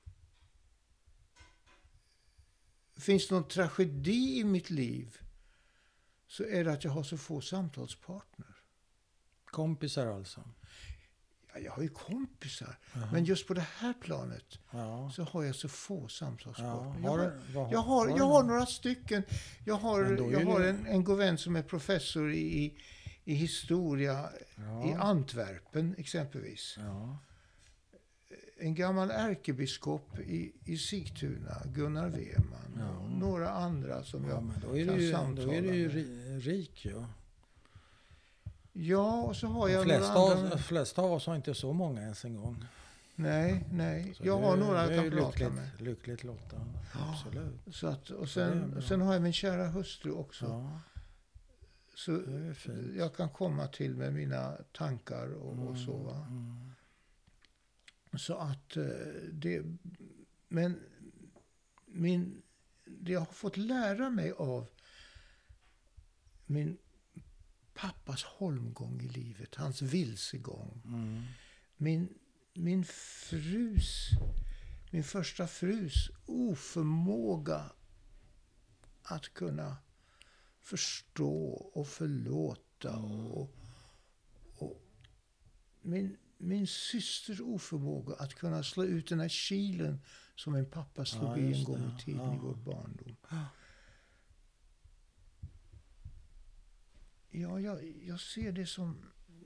finns det någon tragedi i mitt liv så är det att jag har så få samtalspartner. Kompisar alltså? Ja, jag har ju kompisar. Men just på det här planet så har jag så få samtalspartner. Jag har några stycken. Jag har en god vän som är professor i historia i Antwerpen exempelvis. Ja. En gammal ärkebiskop i Sigtuna, Gunnar Weman. Och några andra som jag kan samtala med. Då är du ju rik, ja. Ja, och så har jag de flesta av oss har inte så många ens en gång. Nej. Så jag har några jag kan prata med. Lyckligt lottad, absolut. Så att, och sen har jag min kära hustru också. Ja. Så jag kan komma till med mina tankar och så. Va? Så att det jag har fått lära mig av min pappas holmgång i livet, hans vilsegång. Min första frus oförmåga att kunna förstå och förlåta och min systers oförmåga att kunna slå ut den här kilen som min pappa slog i en gång i tiden i vår barndom. Ja, jag ser det som,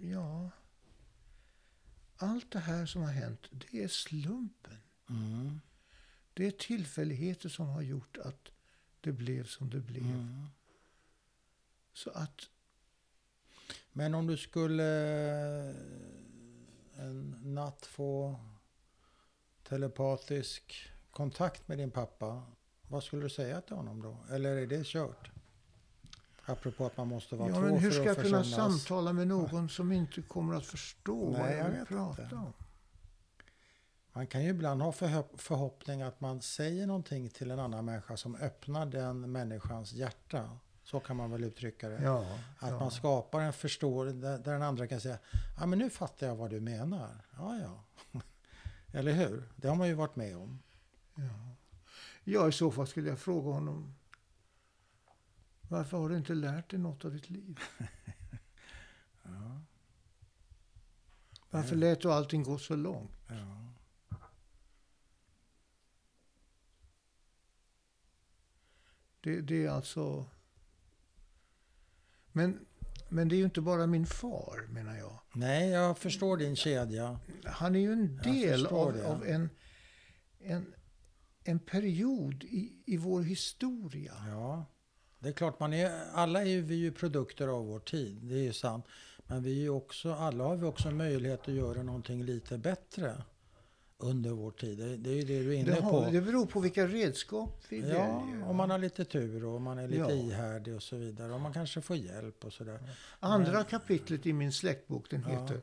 allt det här som har hänt, det är slumpen. Det är tillfälligheter som har gjort att det blev som det blev. Så att... Men om du skulle en natt få telepatisk kontakt med din pappa, vad skulle du säga till honom då? Eller är det kört? Apropå att man måste vara två men hur för ska att jag kunna försonnas? samtala med någon som inte kommer att förstå vad jag vill prata om? Man kan ju ibland ha förhoppning att man säger någonting till en annan människa som öppnar den människans hjärta. Så kan man väl uttrycka det. Att man skapar en förståelse där den andra kan säga, men nu fattar jag vad du menar. Ja. Eller hur? Det har man ju varit med om. Ja, i så fall skulle jag fråga honom, varför har du inte lärt dig något av ditt liv? Varför lät du allting gå så långt? Det är alltså... Men det är ju inte bara min far, menar jag. Nej, jag förstår din kedja. Han är ju en del av en period i vår historia. Ja, det är klart, alla är vi ju produkter av vår tid, det är ju sant. Men alla har vi också möjlighet att göra någonting lite bättre under vår tid. Det är ju det du är inne på. Det beror på vilka redskap vi väljer. Om man har lite tur och man är lite ihärdig och så vidare. Och man kanske får hjälp och sådär. Andra kapitlet i min släktbok, den heter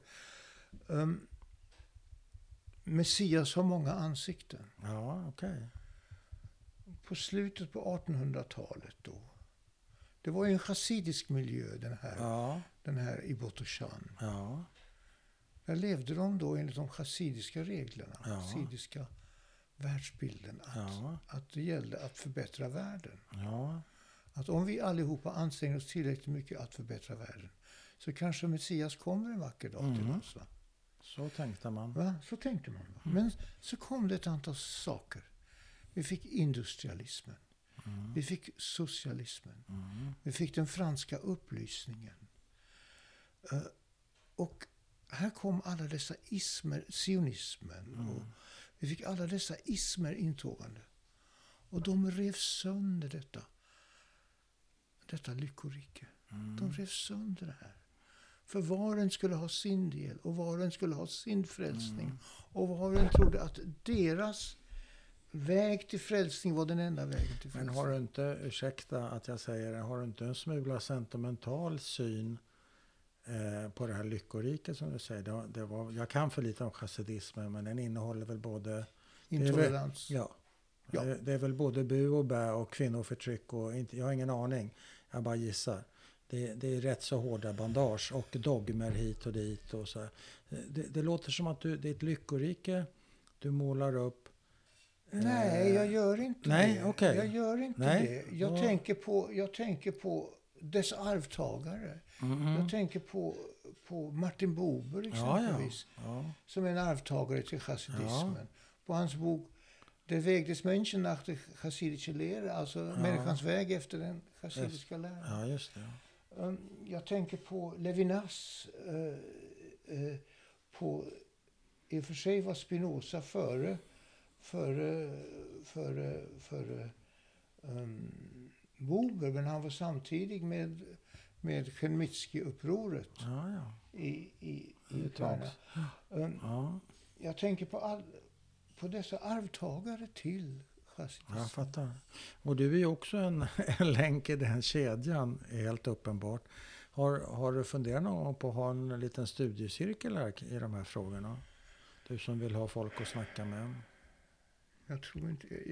Messias har många ansikten. Ja, okej. På slutet på 1800-talet då Det var ju en chassidisk miljö, den här i Botoshan. Ja. Där levde de då enligt de chassidiska reglerna, chassidiska världsbilden. Att det gällde att förbättra världen. Ja. Att om vi allihopa anstränger oss tillräckligt mycket att förbättra världen, så kanske Messias kommer en vacker dag till oss. Va? Så tänkte man. Va? Så tänkte man. Va? Men så kom det ett antal saker. Vi fick industrialismen. Vi fick socialismen. Vi fick den franska upplysningen. Och här kom alla dessa ismer, sionismen. Och vi fick alla dessa ismer intågande. Och de rev sönder detta lyckorike. De rev sönder det här. För var och en skulle ha sin del. Och var och en skulle ha sin frälsning. Och var och en trodde att deras väg till frälsning var den enda vägen till frälsning. Men har du inte, ursäkta att jag säger det, har du inte en smula sentimental syn på det här lyckoriket som du säger? Jag kan för lite om chassidismen, men den innehåller väl både intolerans. Det är väl både bu och bä och kvinnoförtryck och jag har ingen aning. Jag bara gissar. Det är rätt så hårda bandage och dogmer hit och dit och så. Det låter som att det är ett lyckorike du målar upp. Nej, jag gör inte det. Okay. Jag gör inte det. Jag tänker på dess arvtagare. Jag tänker på Martin Buber exempelvis. Som är en arvtagare till chassidismen. På hans bok Det vägdes Menschen nach der chassidische Lehre, alltså människans väg efter den chassidiska läran. Ja, just det. Jag tänker på Levinas, på i och för sig var Spinoza före Buber, men han var samtidig med Chmelnytsky-upproret i Ukraina. Jag tänker på dessa arvtagare till chassidismen. Jag fattar. Och du är ju också en länk i den kedjan, helt uppenbart. Har du funderat någon gång på att ha en liten studiecirkel här i de här frågorna? Du som vill ha folk att snacka med. Jag tror inte.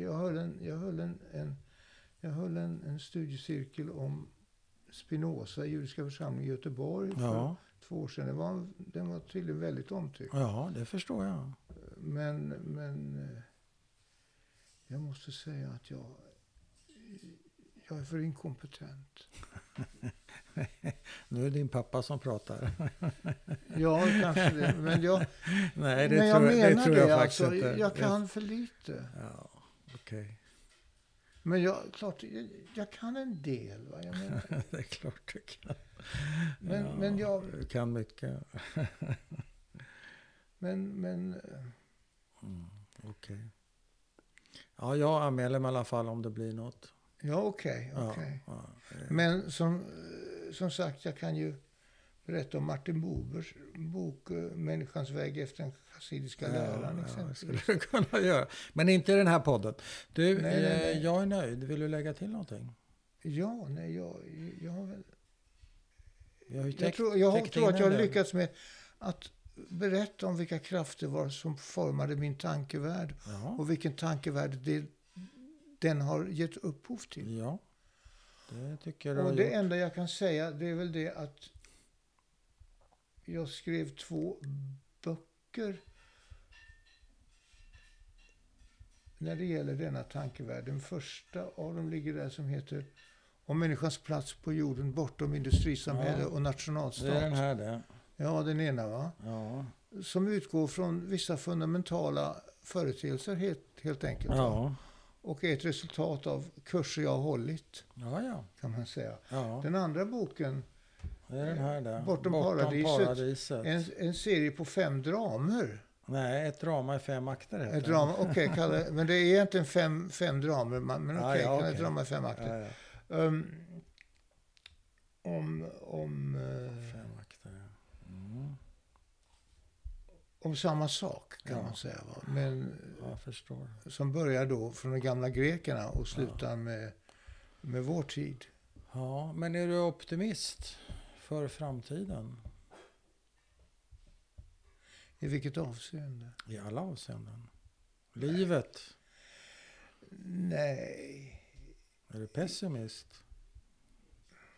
Jag höll en studiecirkel om Spinoza i Judiska församlingen i Göteborg för 2 år sedan. Den var tydligen väldigt omtyckt. Ja, det förstår jag. Men jag måste säga att jag är för inkompetent. Nu är det din pappa som pratar. Ja, kanske det. Men jag jag kan för lite. Ja, okej. Okay. Men jag kan en del. Va? Jag menar. Det är klart du kan. Men du kan mycket. Okej. Okay. Ja, jag anmäler mig i alla fall om det blir något. Ja, okej. Men som sagt, jag kan ju berätta om Martin Bubers bok Människans väg efter den chassidiska läran. Ja, skulle du kunna göra. Men inte i den här podden. Du, nej. Jag är nöjd. Vill du lägga till någonting? Ja, nej, jag har väl... Jag tror att jag har lyckats med att berätta om vilka krafter var som formade min tankevärld. Ja. Och vilken tankevärld den har gett upphov till. Ja, det tycker jag. Och det enda jag kan säga, det är väl det att jag skrev 2 böcker när det gäller denna tankevärld. Den första av dem ligger där som heter Om människans plats på jorden bortom industrisamhälle och nationalstat. Det är den här det. Ja, den ena va? Ja. Som utgår från vissa fundamentala företeelser helt enkelt. Ja. Och är ett resultat av kurser jag har hållit. Ja. Kan man säga. Ja. Den andra boken. Det är den här där. Bortom paradiset. En serie på 5 dramer. Nej, ett drama i 5 akter heter ett drama, okej. Men det är egentligen 5 dramer. Men okej, kan ett drama i 5 akter. Ja. Om 5 akter. Om samma sak kan man säga. Va? Men jag förstår. Som börjar då från de gamla grekerna och slutar med vår tid. Ja, men är du optimist för framtiden? I vilket avseende? I alla avseenden. Livet? Nej. Är du pessimist?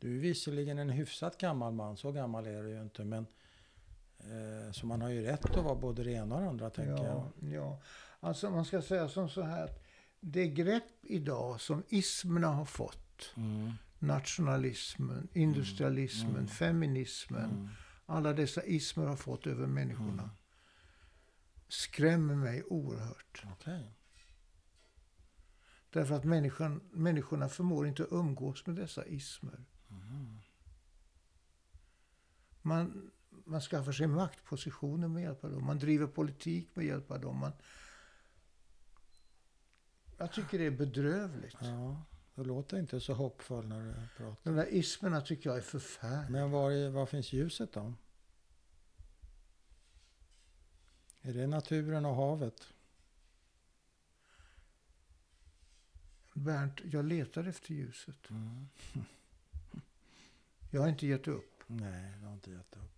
Du är visserligen en hyfsat gammal man, så gammal är du ju inte, men så man har ju rätt att vara både det ena och det andra, tänker jag. Ja, alltså man ska säga som så här att det grepp idag som ismerna har fått, nationalismen, industrialismen, feminismen, alla dessa ismer har fått över människorna, skrämmer mig oerhört. Okay. Därför att människorna förmår inte umgås med dessa ismer. Man skaffar sig maktpositioner med hjälp av dem. Man driver politik med hjälp av dem. Jag tycker det är bedrövligt. Ja, det låter inte så hoppfull när du pratar. De där ismerna tycker jag är förfärliga. Men var finns ljuset då? Är det naturen och havet? Bernt, jag letar efter ljuset. Jag har inte gett upp. Nej, jag har inte gett upp.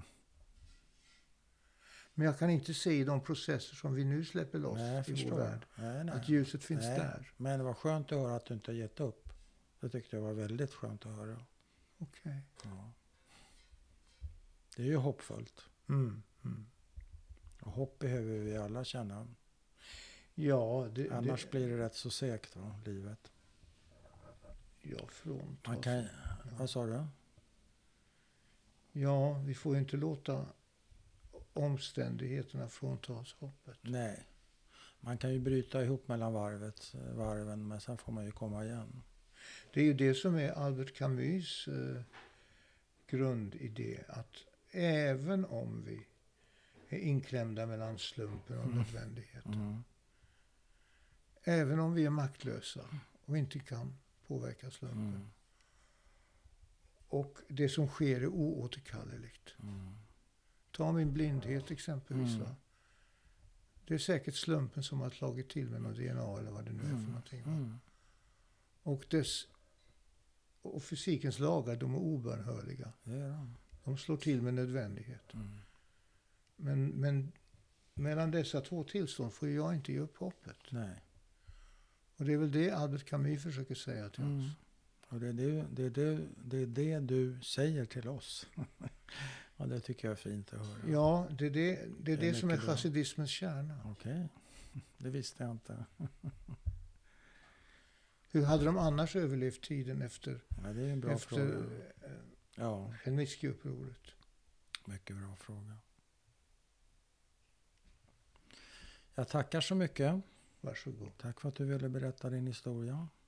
Men jag kan inte se i de processer som vi nu släpper loss i vår värld att ljuset finns där. Men det var skönt att höra att du inte har gett upp. Det tyckte jag var väldigt skönt att höra. Okej. Ja. Det är ju hoppfullt. Och hopp behöver vi alla känna. Ja, annars blir det rätt så segt, va, livet. Ja, Vad sa du? Ja, vi får ju inte låta omständigheterna frånta oss hoppet. Nej. Man kan ju bryta ihop mellan varven, men sen får man ju komma igen. Det är ju det som är Albert Camus grundidé, att även om vi är inklämda mellan slumpen och nödvändigheten, även om vi är maktlösa och inte kan påverka slumpen, och det som sker är oåterkalleligt. Ta min blindhet exempelvis. Det är säkert slumpen som har slagit till med någon DNA eller vad det nu är för någonting. Och fysikens lagar, de är obönhörliga. De slår till med nödvändighet. Men mellan dessa två tillstånd får jag inte ge upp hoppet. Nej. Och det är väl det Albert Camus försöker säga till oss. Och det är det du säger till oss. Ja, det tycker jag är fint att höra. Ja, det är det som är chassidismens kärna. Okej, det visste jag inte. Hur hade de annars överlevt tiden efter, det är en bra fråga. Chmelnytsky-upproret? Mycket bra fråga. Jag tackar så mycket. Varsågod. Tack för att du ville berätta din historia.